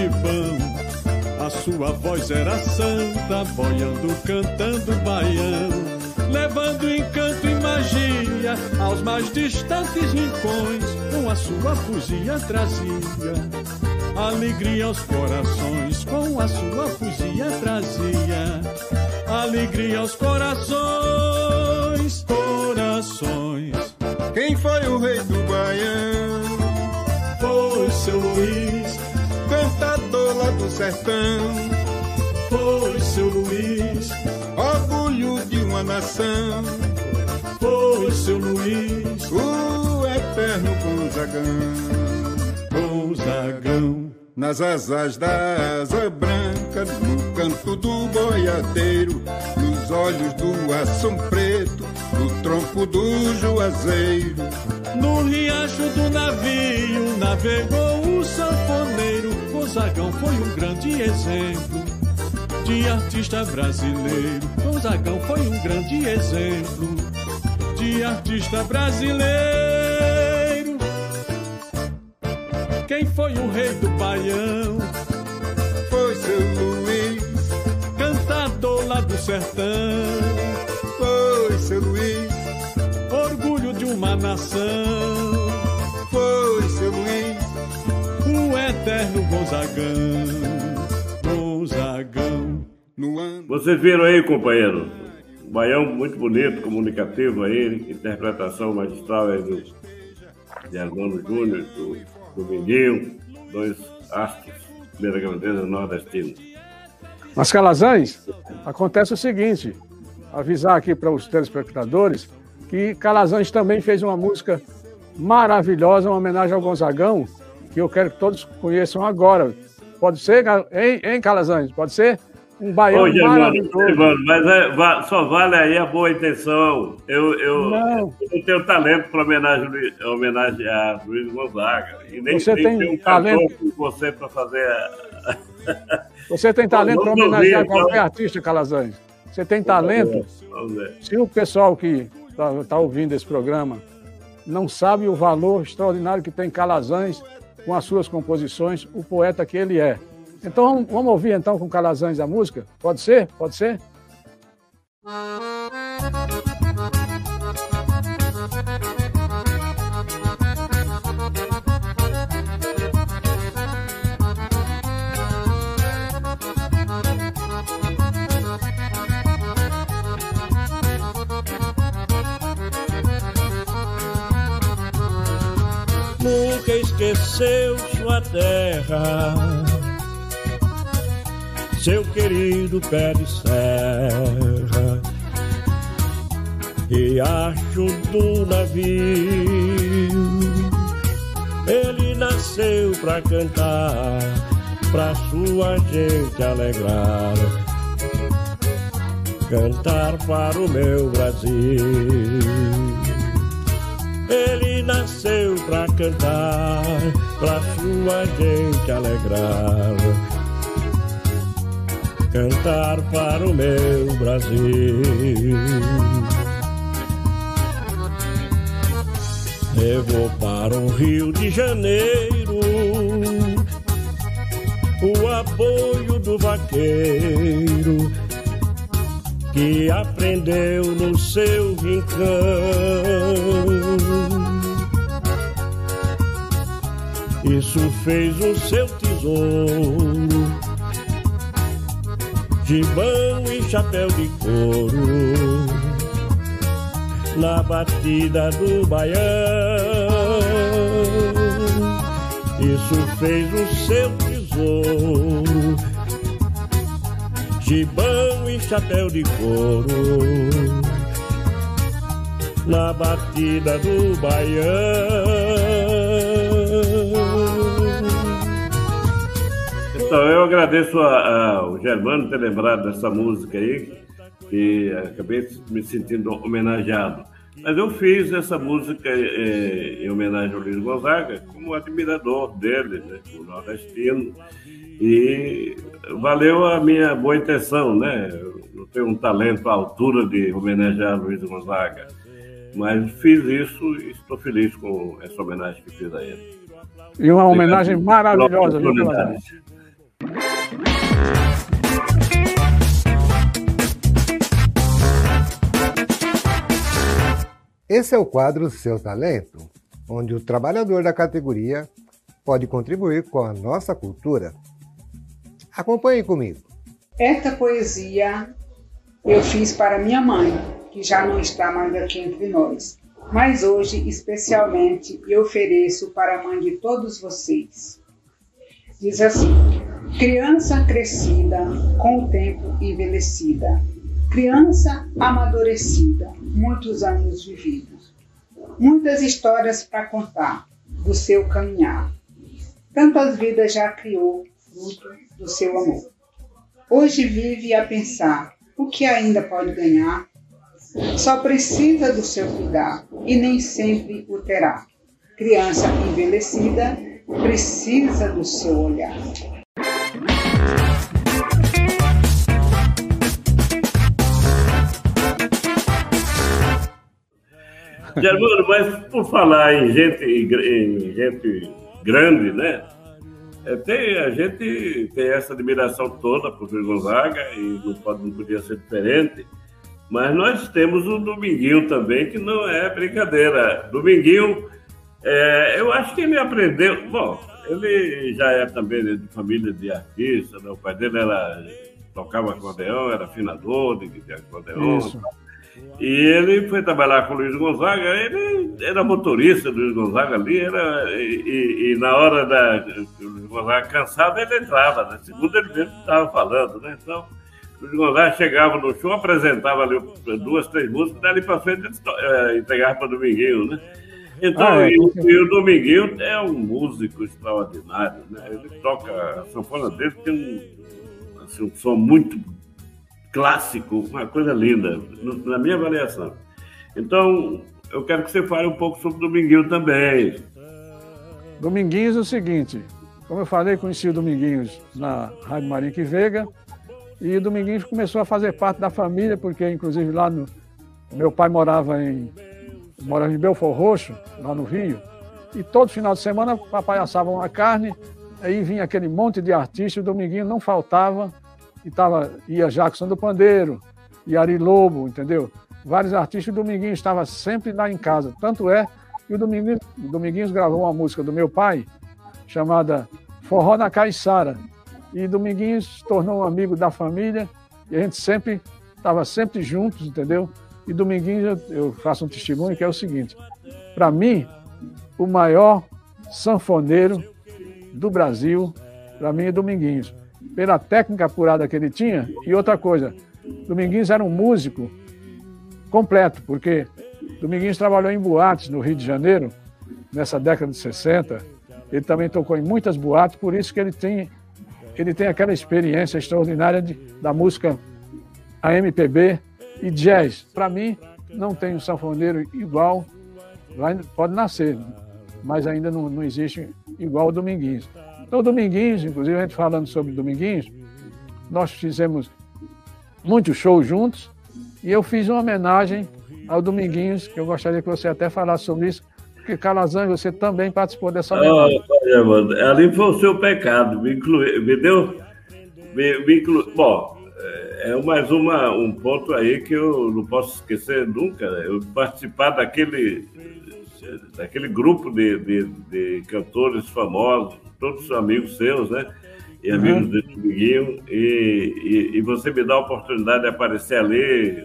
gibão. A sua voz era santa, boiando, cantando baião. levando encanto e magia aos mais distantes rincões, com a sua poesia trazia alegria aos corações, com a sua poesia trazia alegria aos corações, corações. Quem foi o rei do Baião? Foi seu Luiz, Cantador lá do sertão. foi seu Luiz, Orgulho de uma nação. foi seu Luiz, O eterno Gonzagão. Gonzagão. Nas asas da asa branca, no canto do boiadeiro, nos olhos do assom preto, no tronco do juazeiro. No riacho do navio navegou o sanfoneiro. Gonzagão foi um grande exemplo de artista brasileiro. Gonzagão foi um grande exemplo de artista brasileiro. Quem foi o rei do Baião? Foi seu Luiz, Cantador lá do sertão, foi seu Luiz, orgulho de uma nação, foi seu Luiz. o eterno Gonzagão, Gonzagão. No ano Vocês viram aí, companheiro? Um baião muito bonito, comunicativo aí, interpretação magistral aí do Germano Júnior, do Dominguinho, dois astros, primeira grandeza nordestina. Mas, Calazans, acontece o seguinte, avisar aqui para os telespectadores que Calazans também fez uma música maravilhosa, uma homenagem ao Gonzagão, que eu quero que todos conheçam agora. Pode ser, hein, hein Calazans? Pode ser? Um baião Ô, Germano, maravilhoso. Germano, mas é, va- só vale aí a boa intenção. Eu, eu, Não. eu não tenho talento para homenagem, homenagem a Luiz Gonzaga. E nem, Você nem tem tenho um talento. cantor como você para fazer a... Você tem talento para Vamos homenagear ouvir, qualquer então. artista, Calazans. Você tem talento. Vamos ver. Se o pessoal que está tá ouvindo esse programa não sabe o valor extraordinário que tem Calazans com as suas composições, o poeta que ele é. Então, vamos- vamos ouvir então com Calazans a música? Pode ser? Pode ser? Nunca esqueceu sua terra, seu querido pé de serra, riacho do navio. Ele nasceu pra cantar, pra sua gente alegrar, cantar para o meu Brasil. Ele nasceu pra cantar, pra sua gente alegrar, cantar para o meu Brasil. Levou para o Rio de Janeiro o apoio do vaqueiro, que aprendeu no seu rincão. Isso fez o seu tesouro, gibão e chapéu de couro, na batida do baião. Isso fez o seu tesouro, gibão e chapéu de couro, na batida do baião. Então, eu agradeço a- ao Germano ter lembrado dessa música aí, e acabei me sentindo homenageado. Mas eu fiz essa música eh, em homenagem ao Luiz Gonzaga como admirador dele, né, o nordestino, e valeu a minha boa intenção, né? Eu não tenho um talento à altura de homenagear Luiz Gonzaga, mas fiz isso e estou feliz com essa homenagem que fiz a ele. E uma homenagem maravilhosa, viu, Obrigado. Calazans? Esse é o quadro Seu Talento, onde o trabalhador da categoria pode contribuir com a nossa cultura. Acompanhe comigo. Esta poesia eu fiz para minha mãe, que já não está mais aqui entre nós. Mas hoje, especialmente, eu ofereço para a mãe de todos vocês. Diz assim: criança crescida, com o tempo envelhecida. Criança amadurecida, muitos anos vividos. Muitas histórias para contar do seu caminhar. Tantas vidas já criou, fruto do seu amor. Hoje vive a pensar o que ainda pode ganhar. Só precisa do seu cuidar e nem sempre o terá. Criança envelhecida precisa do seu olhar. Germano, mas por falar em gente, em gente grande, né? É, tem, a gente tem essa admiração toda por Luiz Gonzaga e não, pode, não podia ser diferente. Mas nós temos o Dominguinho também, que não é brincadeira. Dominguinho, é, eu acho que ele aprendeu... Bom, ele já é também de família de artista, né? O pai dele era, tocava acordeão, era afinador de, de acordeão. Isso. E ele foi trabalhar com o Luiz Gonzaga, ele era motorista do Luiz Gonzaga ali, era, e, e, e na hora da o Luiz Gonzaga cansado, ele entrava, né? Segundo ele mesmo estava falando, né? Então... O Luiz Gonzaga chegava no show, apresentava ali duas, três músicas, dali para frente ele é, entregava para o Dominguinho, né? Então, ah, é, e, e o Dominguinho é um músico extraordinário, né? Ele toca, a sanfona dele tem um, assim, um som muito clássico, uma coisa linda, na minha avaliação. Então, eu quero que você fale um pouco sobre o Dominguinho também. Dominguinhos é o seguinte, como eu falei, conheci o Dominguinhos na Rádio Marinho Veiga, e o Dominguinhos começou a fazer parte da família, porque inclusive lá no... Meu pai morava em, morava em Belfort Roxo, lá no Rio, e todo final de semana o papai assava uma carne, aí vinha aquele monte de artistas, o Dominguinho não faltava, e tava, ia Jackson do Pandeiro, e Ari Lobo, entendeu? Vários artistas, o Dominguinhos estava sempre lá em casa, tanto é que o Dominguinhos, o Dominguinhos gravou uma música do meu pai, chamada Forró na Caiçara, e Dominguinhos se tornou um amigo da família e a gente sempre estava sempre juntos, entendeu? E Dominguinhos, eu, eu faço um testemunho que é o seguinte: para mim, o maior sanfoneiro do Brasil, para mim é Dominguinhos, pela técnica apurada que ele tinha. E outra coisa, Dominguinhos era um músico completo, porque Dominguinhos trabalhou em boates no Rio de Janeiro, nessa década de sessenta. Ele também tocou em muitas boates, por isso que ele tem Ele tem aquela experiência extraordinária de, da música a M P B e jazz. Para mim, não tem um sanfoneiro igual, vai, pode nascer, mas ainda não, não existe igual o Dominguinhos. Então, o Dominguinhos, inclusive, a gente falando sobre Dominguinhos, nós fizemos muitos shows juntos e eu fiz uma homenagem ao Dominguinhos, que eu gostaria que você até falasse sobre isso, porque, Calazans, você também participou dessa homenagem. Oh, mano, ali foi o seu pecado, me incluiu, me deu... Me, me inclu... Bom, é mais uma, um ponto aí que eu não posso esquecer nunca, né? Eu participar daquele, daquele grupo de, de, de cantores famosos, todos amigos seus, né? E amigos uhum. do Dominguinho, e, e, e você me dá a oportunidade de aparecer ali.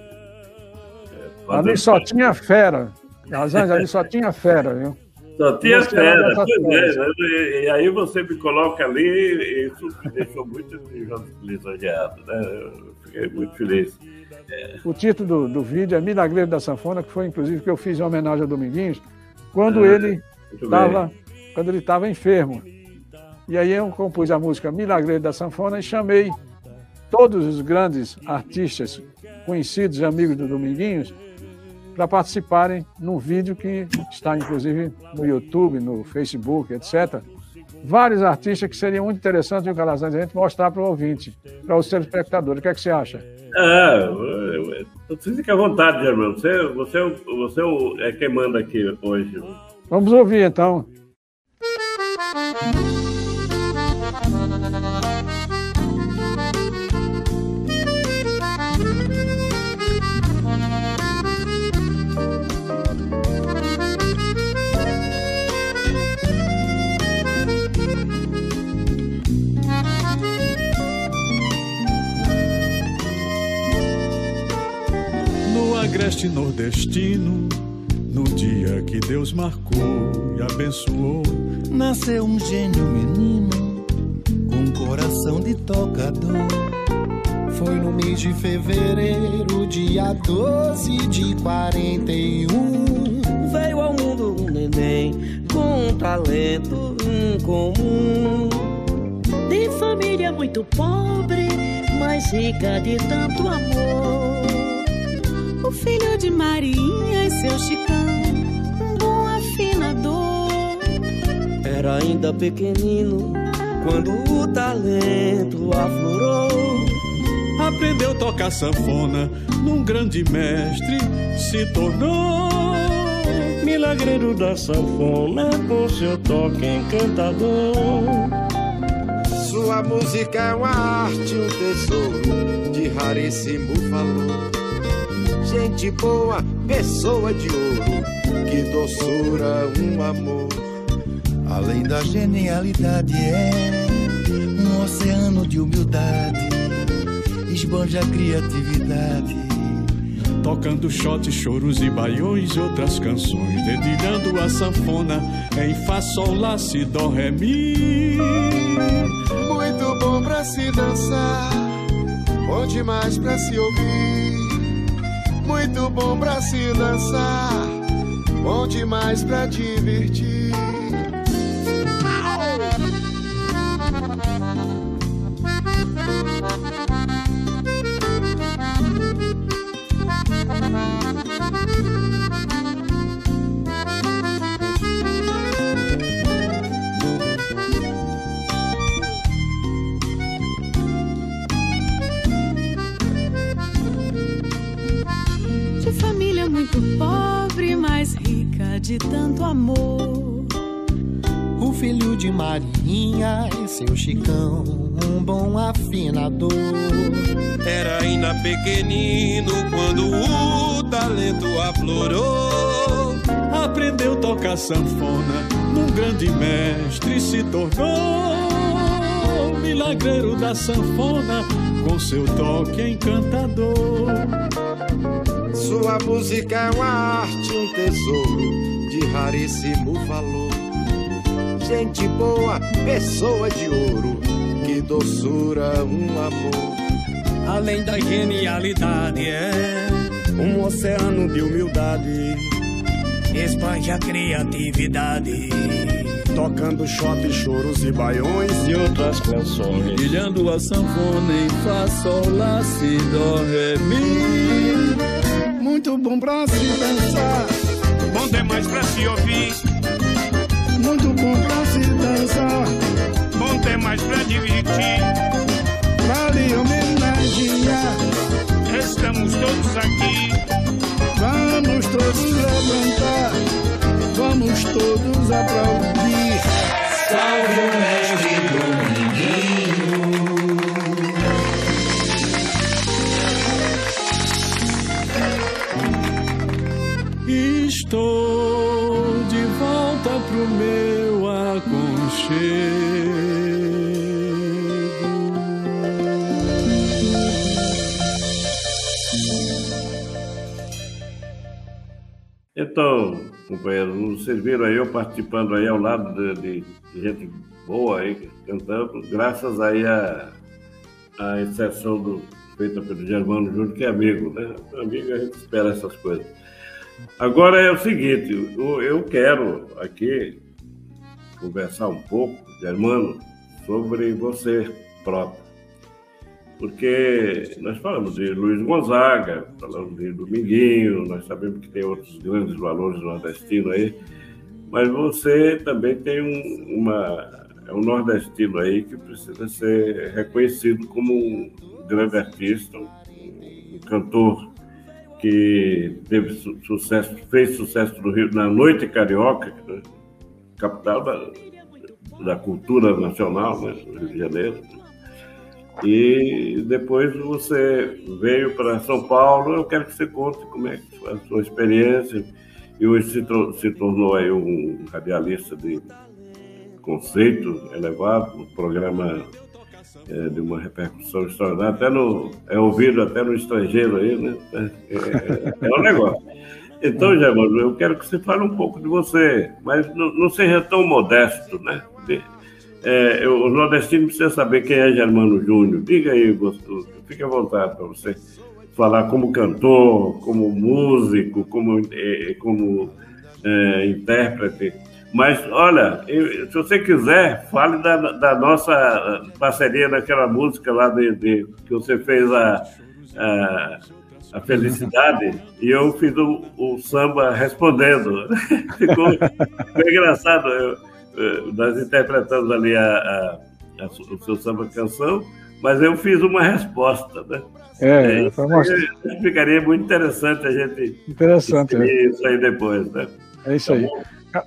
Ali só tinha fera. Calazans, ali só tinha fera, viu? Só tinha fera, pois é, e, e aí você me coloca ali e isso me deixou muito lisonjeado, né? Eu fiquei muito feliz. É. O título do, do vídeo é Milagreiro da Sanfona, que foi inclusive que eu fiz em homenagem ao Dominguinhos, quando ah, ele estava quando ele estava enfermo. E aí eu compus a música Milagreiro da Sanfona e chamei todos os grandes artistas conhecidos e amigos do Dominguinhos para participarem num vídeo que está, inclusive, no YouTube, no Facebook, etcétera. Vários artistas que seriam muito interessantes, o Calazans, a gente mostrar para o ouvinte, para os telespectadores. O que é que você acha? Ah, você fica à vontade, Germano. Você, você, você é quem manda aqui hoje. Vamos ouvir, então. agreste nordestino, no dia que Deus marcou e abençoou, nasceu um gênio menino, com coração de tocador. Foi no mês de fevereiro, dia doze de quarenta e um. Veio ao mundo um neném com um talento incomum. De família muito pobre, mas rica de tanto amor. O filho de Marinha e seu Chicão, um bom afinador. Era ainda pequenino quando o talento aflorou. Aprendeu a tocar sanfona, num grande mestre se tornou. Milagreiro da sanfona, com seu toque encantador. Sua música é uma arte, um tesouro de raríssimo valor. Gente boa, pessoa de ouro, que doçura, um amor. Além da genialidade, é um oceano de humildade, esbanja a criatividade. Tocando shot, choros e baiões e outras canções, dedilhando a sanfona em Fá, Sol, Lá, Si, Dó, Ré, Mi. Muito bom pra se dançar, bom demais pra se ouvir. Muito bom pra se dançar, bom demais pra divertir. De família muito pobre, mas rica de tanto amor. O filho de Marinha e seu Chicão, um bom afinador. Era ainda pequenino quando o talento aflorou. Aprendeu a tocar sanfona, num grande mestre se tornou. Milagreiro da sanfona, com seu toque encantador. Sua música é uma arte, um tesouro de raríssimo valor. Gente boa, pessoa de ouro, que doçura, um amor. Além da genialidade, é um oceano de humildade, espanja a criatividade. Tocando shot, choros e baiões e outras canções, brilhando a sanfona em Fá, Sol, Lá, Si, Dó, Ré, Mi. Muito bom pra se dançar, bom demais pra se ouvir. Muito bom pra se dançar, bom demais pra divertir. Vale homenagear, estamos todos aqui. Vamos todos levantar, vamos todos aplaudir. Salve o mestre Dominguinho. Estou de volta pro meu aconchego. Então, companheiros, vocês viram aí eu participando aí ao lado de, de gente boa aí, cantando, graças aí a, a exceção do, feita pelo Germano Júnior, que é amigo, né? Amigo, a gente espera essas coisas. Agora é o seguinte, eu, eu quero aqui conversar um pouco, Germano, sobre você próprio. Porque nós falamos de Luiz Gonzaga, falamos de Dominguinho, nós sabemos que tem outros grandes valores nordestinos aí, mas você também tem um, uma, é um nordestino aí que precisa ser reconhecido como um grande artista, um, um cantor que teve su sucesso, fez sucesso no Rio, na Noite Carioca, né? Capital da, da cultura nacional, né? Rio de Janeiro. E depois você veio para São Paulo. Eu quero que você conte como é que foi a sua experiência. E hoje se, se tornou aí um radialista de conceito elevado, um programa é, de uma repercussão extraordinária, até no, é ouvido até no estrangeiro aí, né? É, é, é um negócio. Então, Germano, eu quero que você fale um pouco de você, mas não, não seja tão modesto, né? É, eu, os nordestinos precisam saber quem é Germano Júnior. Diga aí, você, fique à vontade para você falar como cantor, como músico, como, é, como é, intérprete. Mas, olha, eu, se você quiser, fale da, da nossa parceria naquela música lá de, de, que você fez a, a, a Felicidade, e eu fiz o, o samba respondendo. Ficou, ficou engraçado. Eu, nós interpretamos ali a, a, a, o seu samba canção, mas eu fiz uma resposta, né? É, é foi uma... Ficaria muito interessante a gente interessante, é. isso aí depois, né? É isso aí.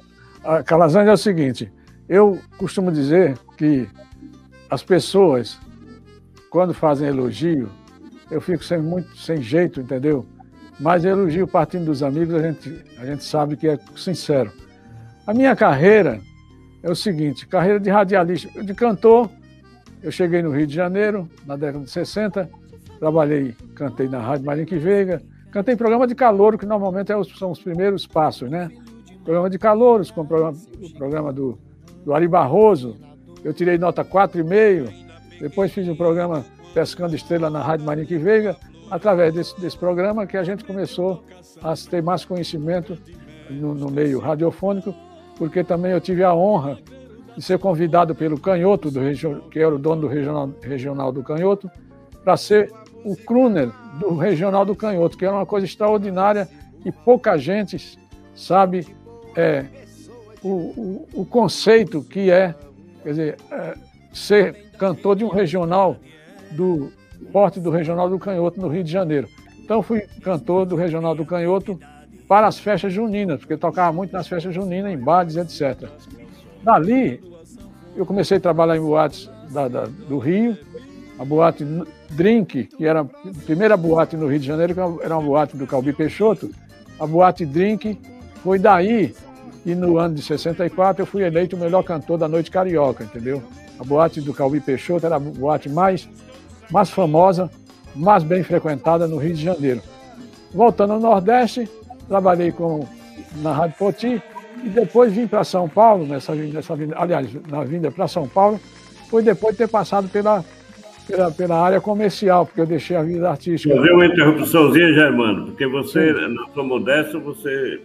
A Calazans é o seguinte, eu costumo dizer que as pessoas, quando fazem elogio, eu fico sem, muito sem jeito, entendeu? Mas elogio partindo dos amigos, a gente, a gente sabe que é sincero. A minha carreira é o seguinte, carreira de radialista, de cantor, eu cheguei no Rio de Janeiro, na década de sessenta, trabalhei, cantei na Rádio Marinque Veiga, cantei em programa de calouro, que normalmente é os, são os primeiros passos, né? Programa de calouros, com o programa, o programa do, do Ari Barroso, eu tirei nota quatro vírgula cinco, depois fiz um programa Pescando Estrela na Rádio Marinque Veiga, através desse, desse programa que a gente começou a ter mais conhecimento no, no meio radiofônico, porque também eu tive a honra de ser convidado pelo Canhoto, do, que era o dono do Regional, regional do Canhoto, para ser o crooner do Regional do Canhoto, que era uma coisa extraordinária e pouca gente sabe é, o, o, o conceito que é, quer dizer, é, ser cantor de um regional do porte do Regional do Canhoto no Rio de Janeiro. Então fui cantor do Regional do Canhoto para as festas juninas, porque eu tocava muito nas festas juninas, em bares, etcétera. Dali, eu comecei a trabalhar em boates da, da, do Rio, a boate Drink, que era a primeira boate no Rio de Janeiro, que era uma boate do Calbi Peixoto. A boate Drink foi daí que no ano de sessenta e quatro eu fui eleito o melhor cantor da noite carioca, entendeu? A boate do Calbi Peixoto era a boate mais, mais famosa, mais bem frequentada no Rio de Janeiro. Voltando ao Nordeste, trabalhei com, na Rádio Poti e depois vim para São Paulo, nessa, nessa vinda, aliás, na vinda para São Paulo, foi depois de ter passado pela, pela, pela área comercial, porque eu deixei a vida artística. Fazer uma interrupçãozinha, Germano, porque você, Sim. na sua modéstia, você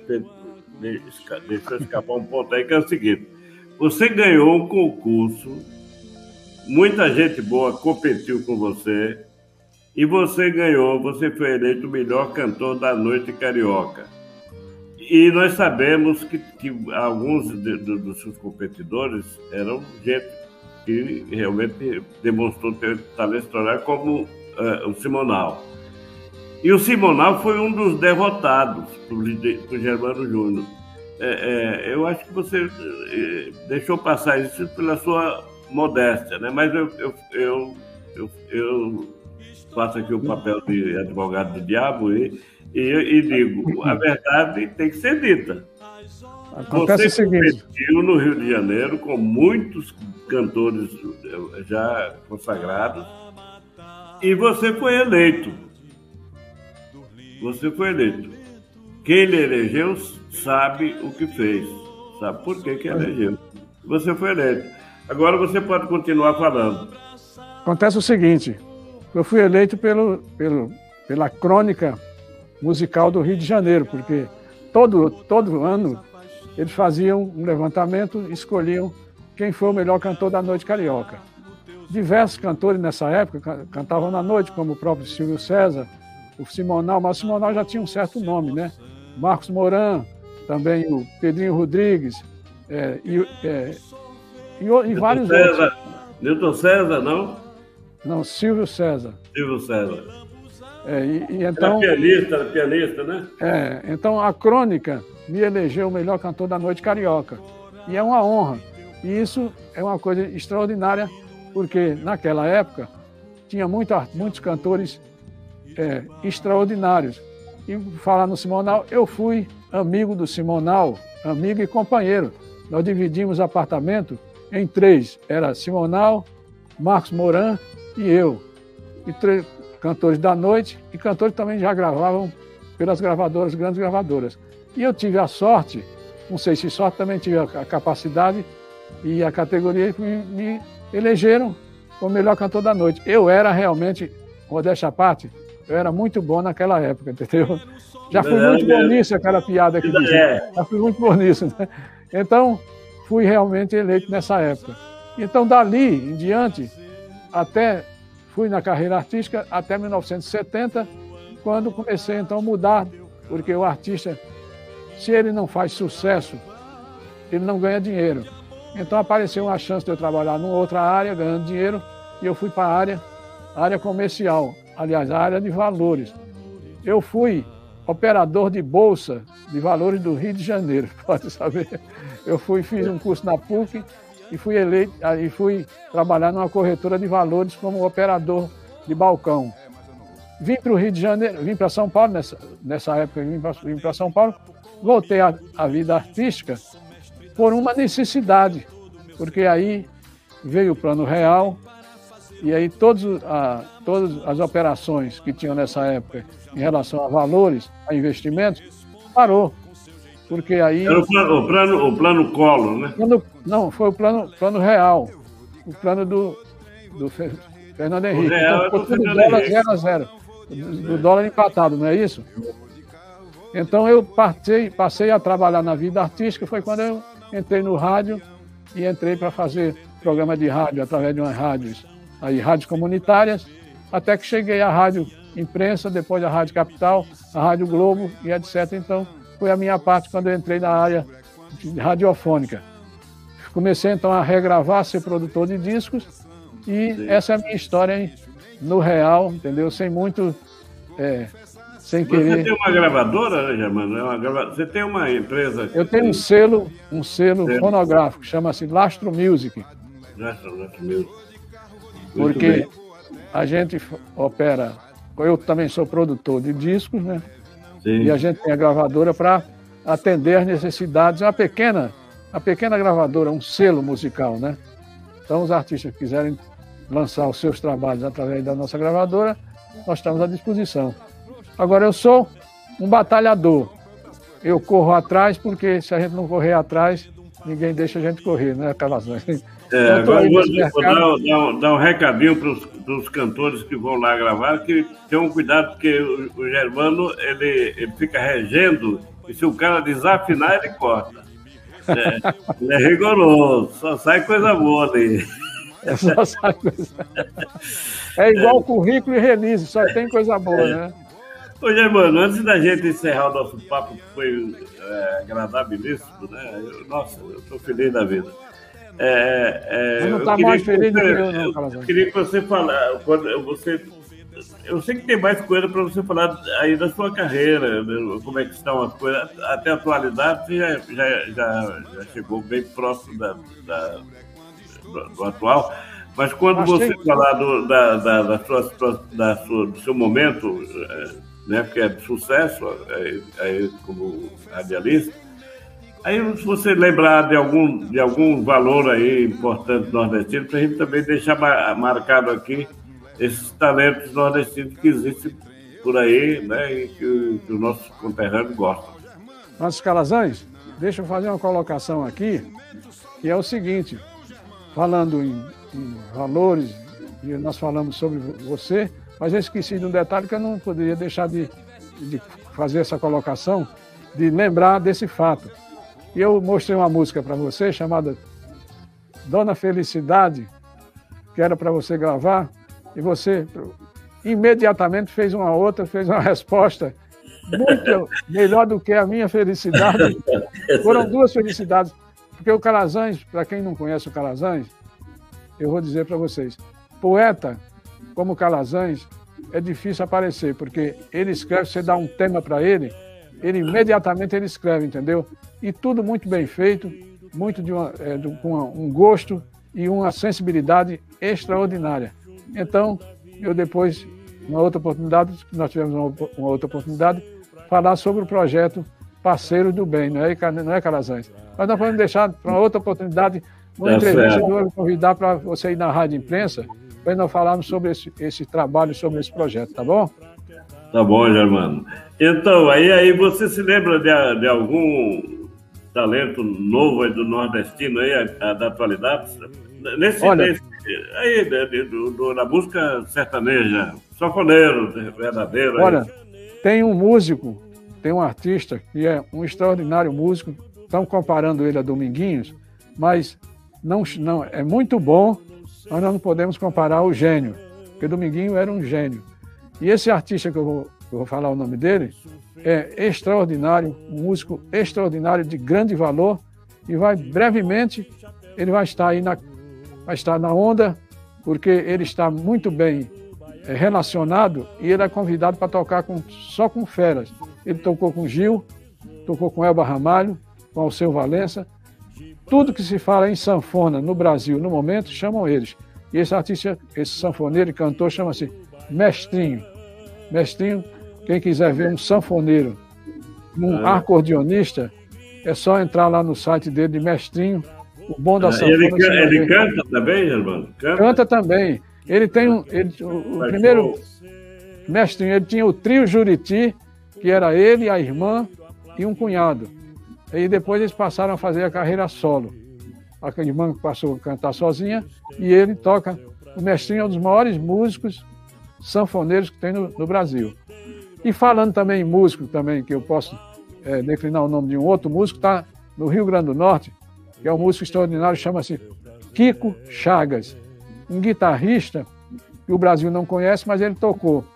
deixou escapar um ponto aí, que é o seguinte, você ganhou um concurso, muita gente boa competiu com você, e você ganhou, você foi eleito o melhor cantor da noite carioca. E nós sabemos que, que alguns de, de, dos seus competidores eram gente que realmente demonstrou ter talento extraordinário, como uh, o Simonal. E o Simonal foi um dos derrotados por Germano Júnior. É, é, eu acho que você é, deixou passar isso pela sua modéstia, né? Mas eu, eu, eu, eu, eu faço aqui o papel de advogado do diabo e, e, e digo, a verdade tem que ser dita. Acontece você o seguinte. competiu no Rio de Janeiro com muitos cantores já consagrados e você foi eleito. Você foi eleito. Quem lhe elegeu sabe o que fez, sabe por que que elegeu. Você foi eleito. Agora você pode continuar falando. Acontece o seguinte, eu fui eleito pelo, pelo, pela crônica musical do Rio de Janeiro, porque todo, todo ano eles faziam um levantamento e escolhiam quem foi o melhor cantor da noite carioca. Diversos cantores nessa época cantavam na noite, como o próprio Silvio César, o Simonal, mas o Simonal já tinha um certo nome, né? Marcos Moran, também o Pedrinho Rodrigues, é, e, é, e, e vários César, outros. Nilton César, não? Não, Silvio César. Silvio César. É, e, e então, era pianista, era pianista, né? É, então a crônica me elegeu o melhor cantor da noite carioca. E é uma honra. E isso é uma coisa extraordinária, porque naquela época tinha muito, muitos cantores é, extraordinários. E falar no Simonal, eu fui amigo do Simonal, amigo e companheiro. Nós dividimos apartamento em três. Era Simonal, Marcos Moran e eu. E três cantores da noite, e cantores também já gravavam pelas gravadoras, grandes gravadoras. E eu tive a sorte, não sei se sorte, também tive a capacidade e a categoria que me, me elegeram como melhor cantor da noite. Eu era realmente, modéstia à parte, eu era muito bom naquela época, entendeu? Já fui muito bom nisso, aquela piada que dizia. Já fui muito bom nisso, né? Então, fui realmente eleito nessa época. Então, dali em diante, até fui na carreira artística até mil novecentos e setenta, quando comecei então a mudar, porque o artista, se ele não faz sucesso, ele não ganha dinheiro. Então apareceu uma chance de eu trabalhar numa outra área, ganhando dinheiro, e eu fui para a área, área comercial, aliás, a área de valores. Eu fui operador de bolsa de valores do Rio de Janeiro, pode saber. Eu fui, fiz um curso na P U C e fui eleito, e fui trabalhar numa corretora de valores como operador de balcão. Vim para o Rio de Janeiro, vim para São Paulo, nessa, nessa época vim para São Paulo, voltei à, à vida artística por uma necessidade, porque aí veio o Plano Real, e aí todos, a, todas as operações que tinham nessa época em relação a valores, a investimentos, parou. Porque aí... Era o plano, o plano, o plano Collor, né? Plano, não, foi o plano, plano Real, o plano do, do Fernando Henrique. O real então, ficou tudo dólar zero a zero, do dólar empatado, não é isso? Então eu passei, passei a trabalhar na vida artística, foi quando eu entrei no rádio e entrei para fazer programa de rádio através de umas rádios, aí, rádios comunitárias, até que cheguei à rádio imprensa, depois à Rádio Capital, à Rádio Globo e etcétera. Então, foi a minha parte quando eu entrei na área radiofônica. Comecei, então, a regravar, a ser produtor de discos, e Sim. essa é a minha história no real, entendeu? Sem muito... É, sem querer... Você tem uma gravadora, né, Germano? É uma grava... Você tem uma empresa... Eu tenho um selo, um selo Sim. fonográfico, chama-se Lastro Music. Lastro, Lastro Music. Porque bem. A gente opera... Eu também sou produtor de discos, né? Sim. E a gente tem a gravadora para atender as necessidades. É uma pequena, uma pequena gravadora, um selo musical, né? Então, os artistas que quiserem lançar os seus trabalhos através da nossa gravadora, nós estamos à disposição. Agora, eu sou um batalhador. Eu corro atrás, porque se a gente não correr atrás, ninguém deixa a gente correr, né, Calazans? É, agora vou, vou dar, dar, dar um recadinho para os cantores que vão lá gravar, que tenham cuidado, porque o, o Germano, ele, ele fica regendo, e se o cara desafinar, ele corta. É, ele é rigoroso, só sai coisa boa ali. É, só sai coisa... é igual é. currículo e release, só tem coisa boa, é. né? Ô, Germano, antes da gente encerrar o nosso papo, que foi é, agradabilíssimo, né? Eu, nossa, eu estou feliz da vida. É, é, não está mais feliz do que eu, não, Calazans. Eu queria que você falasse, quando você, eu sei que tem mais coisa para você falar aí da sua carreira, né, como é que estão as coisas, até a atualidade você já, já, já, já chegou bem próximo da, da, do, do atual, mas quando mas você tem... falar do, da, da, da sua, da sua, do seu momento, né, porque é de sucesso aí, aí como radialista, aí, se você lembrar de algum, de algum valor aí importante nordestino, para a gente também deixar marcado aqui esses talentos nordestinos que existem por aí, né, e que, que os nossos conterrâneos gostam. Nossos Calazans, deixa eu fazer uma colocação aqui, que é o seguinte, falando em, em valores, e nós falamos sobre você, mas eu esqueci de um detalhe que eu não poderia deixar de, de fazer essa colocação, de lembrar desse fato. E eu mostrei uma música para você chamada Dona Felicidade, que era para você gravar, e você imediatamente fez uma outra, fez uma resposta muito melhor do que a minha felicidade. Foram duas felicidades, porque o Calazans, para quem não conhece o Calazans, eu vou dizer para vocês, poeta como Calazans é difícil aparecer, porque ele escreve, você dá um tema para ele, ele imediatamente ele escreve, entendeu? E tudo muito bem feito, muito de uma, é, de, com um gosto e uma sensibilidade extraordinária. Então, eu depois, uma outra oportunidade, nós tivemos uma, uma outra oportunidade, falar sobre o projeto Parceiros do Bem, não é, não é Calazans? Mas nós podemos deixar para uma outra oportunidade uma Tá entrevista certo. que eu vou convidar para você ir na Rádio Imprensa, para nós falarmos sobre esse, esse trabalho, sobre esse projeto, tá bom? Tá bom, Germano. Então, aí, aí você se lembra de, de algum talento novo aí do nordestino aí, a, a, da atualidade? Nesse, Olha, nesse aí, de, de, do, do, na música sertaneja, sanfoneiro verdadeiro. olha, aí. tem um músico, tem um artista que é um extraordinário músico, estão comparando ele a Dominguinhos, mas não, não, é muito bom, mas nós não podemos comparar o gênio, porque Dominguinho era um gênio. E esse artista que eu vou, eu vou falar o nome dele, é extraordinário, um músico extraordinário de grande valor, e vai brevemente, ele vai estar aí na, vai estar na onda, porque ele está muito bem é, relacionado e ele é convidado para tocar com, só com feras. Ele tocou com Gil, tocou com Elba Ramalho, com Alceu Valença. Tudo que se fala em sanfona no Brasil, no momento, chamam eles. E esse artista, esse sanfoneiro e cantor, chama-se Mestrinho. Mestrinho, quem quiser ver um sanfoneiro, um Ah. acordeonista, é só entrar lá no site dele de Mestrinho, o bom da Ah, sanfona. ele, você can- vai ele ver. canta também, Germano? Canta? Canta também. Ele tem um. Ele, o, o Faz primeiro show. Mestrinho, ele tinha o trio Juriti, que era ele, a irmã e um cunhado. E depois eles passaram a fazer a carreira solo. A irmã passou a cantar sozinha e ele toca. O Mestrinho é um dos maiores músicos sanfoneiros que tem no, no Brasil. E falando também em músico, também, que eu posso é, declinar o nome de um outro músico, está no Rio Grande do Norte, que é um músico extraordinário, chama-se Kiko Chagas. Um guitarrista que o Brasil não conhece, mas ele tocou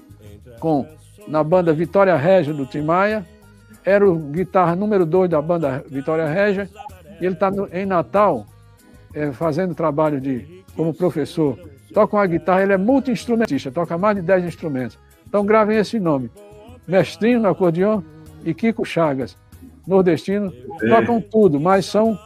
com, na banda Vitória Régia do Tim Maia, era o guitarra número dois da banda Vitória Régia, e ele está em Natal é, fazendo trabalho de, como professor. Toca uma guitarra, ele é multi-instrumentista, toca mais de dez instrumentos. Então gravem esse nome, Mestrinho no acordeão e Kiko Chagas, nordestino, É. tocam tudo, mas são,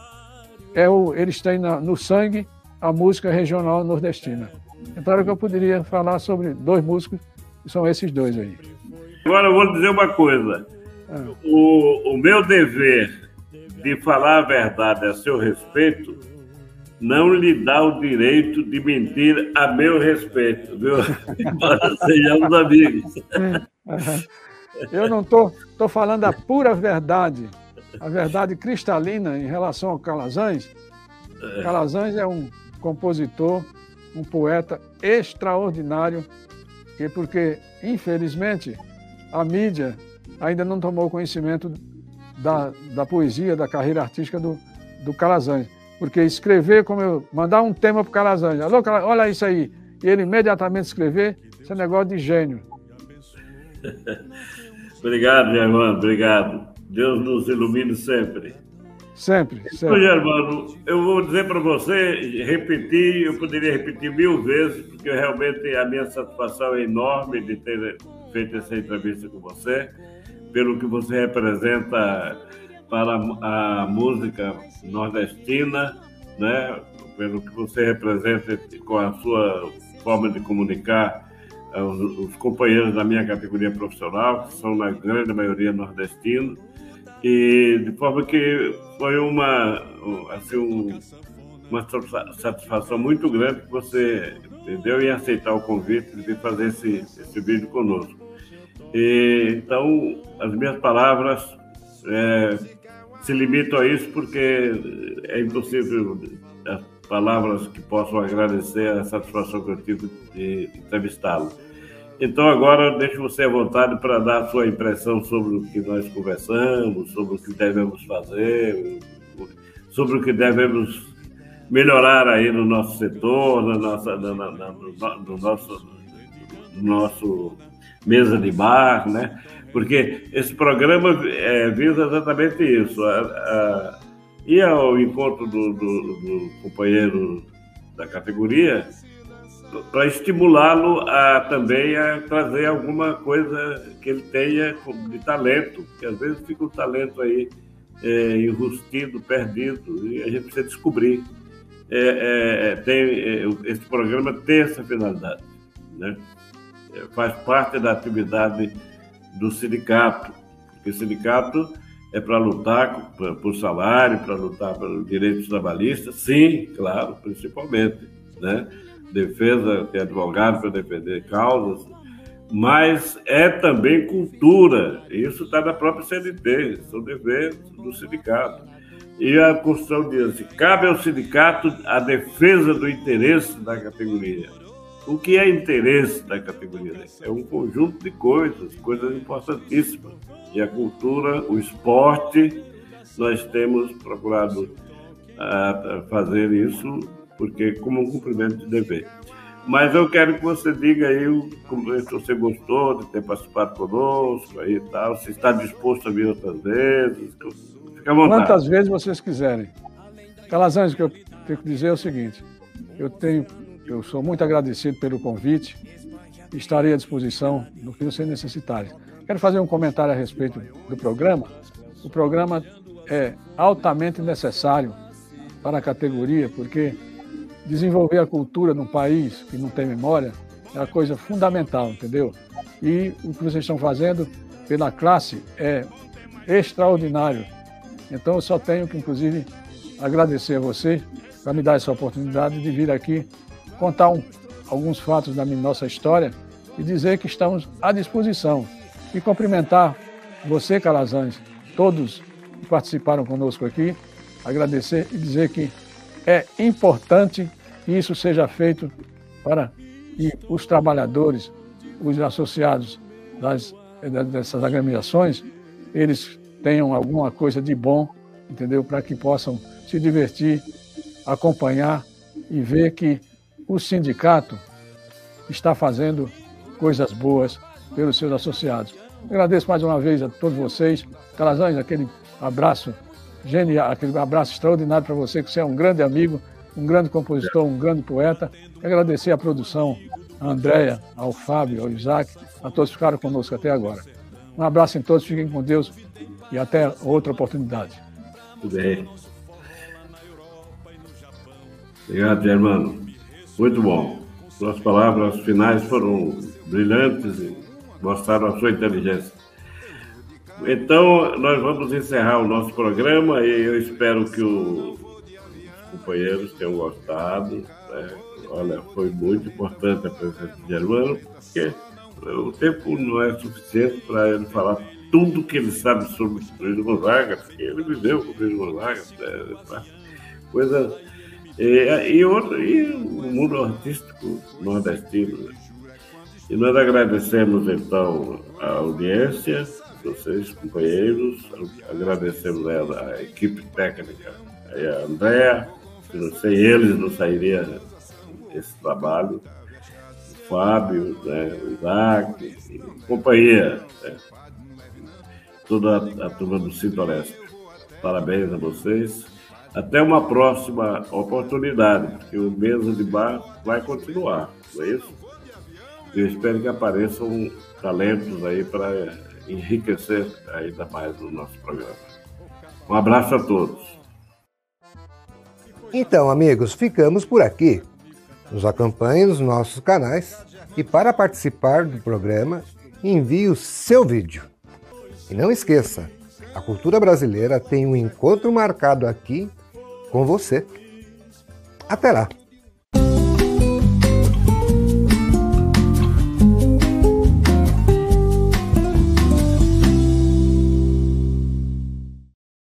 é o, eles têm na, no sangue a música regional nordestina. Então era que eu poderia falar sobre dois músicos, que são esses dois aí. Agora eu vou dizer uma coisa. Ah. O, o meu dever de falar a verdade a seu respeito não lhe dá o direito de mentir a meu respeito, viu? Embora sejamos amigos. Eu não estou tô, tô falando a pura verdade, a verdade cristalina em relação ao Calazans. Calazans é um compositor, um poeta extraordinário, que porque, infelizmente, a mídia ainda não tomou conhecimento da, da poesia, da carreira artística do, do Calazans. Porque escrever, como eu mandar um tema para o Calazans, alô, Calazans, olha isso aí, e ele imediatamente escrever, isso é negócio de gênio. Obrigado, Germano, obrigado. Deus nos ilumine sempre. Sempre, Então, sempre. Germano, eu vou dizer para você, repetir, eu poderia repetir mil vezes, porque realmente a minha satisfação é enorme de ter feito essa entrevista com você, pelo que você representa para a música nordestina, né? Pelo que você representa com a sua forma de comunicar os, os companheiros da minha categoria profissional, que são na grande maioria nordestinos, e de forma que foi uma, assim, um, uma satisfação muito grande que você entendeu em aceitar o convite de vir fazer esse, esse vídeo conosco. E, então, as minhas palavras é, se limitam a isso porque é impossível as palavras que possam agradecer a satisfação que eu tive de entrevistá-lo. Então, agora, deixo você à vontade para dar a sua impressão sobre o que nós conversamos, sobre o que devemos fazer, sobre o que devemos melhorar aí no nosso setor, na nossa, na, na, na, no, no, nosso, no nosso mesa de bar, né? Porque esse programa é, visa exatamente isso, a, a, ir ao encontro do, do, do companheiro da categoria, para estimulá-lo a também a trazer alguma coisa que ele tenha de talento, porque às vezes fica um talento aí é, enrustido, perdido, e a gente precisa descobrir. É, é, tem, é, esse programa tem essa finalidade, né? É, faz parte da atividade do sindicato, porque o sindicato É para lutar por, por salário, para lutar pelos direitos trabalhistas? Sim, claro, principalmente, né? Defesa, tem advogado para defender causas, mas é também cultura. Isso está na própria C L T, são deveres do sindicato. E a Constituição diz assim, cabe ao sindicato a defesa do interesse da categoria. O que é interesse da categoria? É um conjunto de coisas, coisas importantíssimas. E a cultura, o esporte, nós temos procurado uh, fazer isso porque como um cumprimento de dever. Mas eu quero que você diga aí se você gostou de ter participado conosco aí e tal, se está disposto a vir outras vezes. Fica à vontade. Quantas vezes vocês quiserem. Calazans, o que eu tenho que dizer é o seguinte, eu, tenho, eu sou muito agradecido pelo convite e estarei à disposição do que você necessitar. Quero fazer um comentário a respeito do programa. O programa é altamente necessário para a categoria, porque desenvolver a cultura num país que não tem memória é uma coisa fundamental, entendeu? E o que vocês estão fazendo pela classe é extraordinário. Então eu só tenho que, inclusive, agradecer a você para me dar essa oportunidade de vir aqui contar um, alguns fatos da minha, nossa história e dizer que estamos à disposição. E cumprimentar você, Calazans, todos que participaram conosco aqui, agradecer e dizer que é importante que isso seja feito para que os trabalhadores, os associados das, dessas agremiações, eles tenham alguma coisa de bom, entendeu? Para que possam se divertir, acompanhar e ver que o sindicato está fazendo coisas boas pelos seus associados. Agradeço mais uma vez a todos vocês. Calazans, aquele abraço genial, aquele abraço extraordinário para você, que você é um grande amigo, um grande compositor, um grande poeta. Agradecer à produção, a Andréia, ao Fábio, ao Isaac, a todos que ficaram conosco até agora. Um abraço em todos, fiquem com Deus e até outra oportunidade. Tudo bem. Obrigado, Germano. Muito bom. Suas palavras finais foram brilhantes e mostraram a sua inteligência. Então, nós vamos encerrar o nosso programa e eu espero que os companheiros tenham gostado. Né? Olha, foi muito importante a presença de Germano, porque o tempo não é suficiente para ele falar tudo que ele sabe sobre o Luiz Gonzaga, porque ele viveu com o Luiz Gonzaga, né? Coisa... E, e, outro, e o mundo artístico nordestino. Né? E nós agradecemos, então, a audiência, vocês, companheiros, agradecemos a, a equipe técnica, a Andréa, que não sei, eles não sairiam esse trabalho, o Fábio, né, o Isaac, companhia, né? Toda a, a turma do Sintoresp. Parabéns a vocês. Até uma próxima oportunidade, porque o Mesa de Bar vai continuar, não é isso? Eu espero que apareçam talentos aí para enriquecer ainda mais o nosso programa. Um abraço a todos. Então, amigos, ficamos por aqui. Nos acompanhe nos nossos canais e para participar do programa, envie o seu vídeo. E não esqueça, a cultura brasileira tem um encontro marcado aqui com você. Até lá!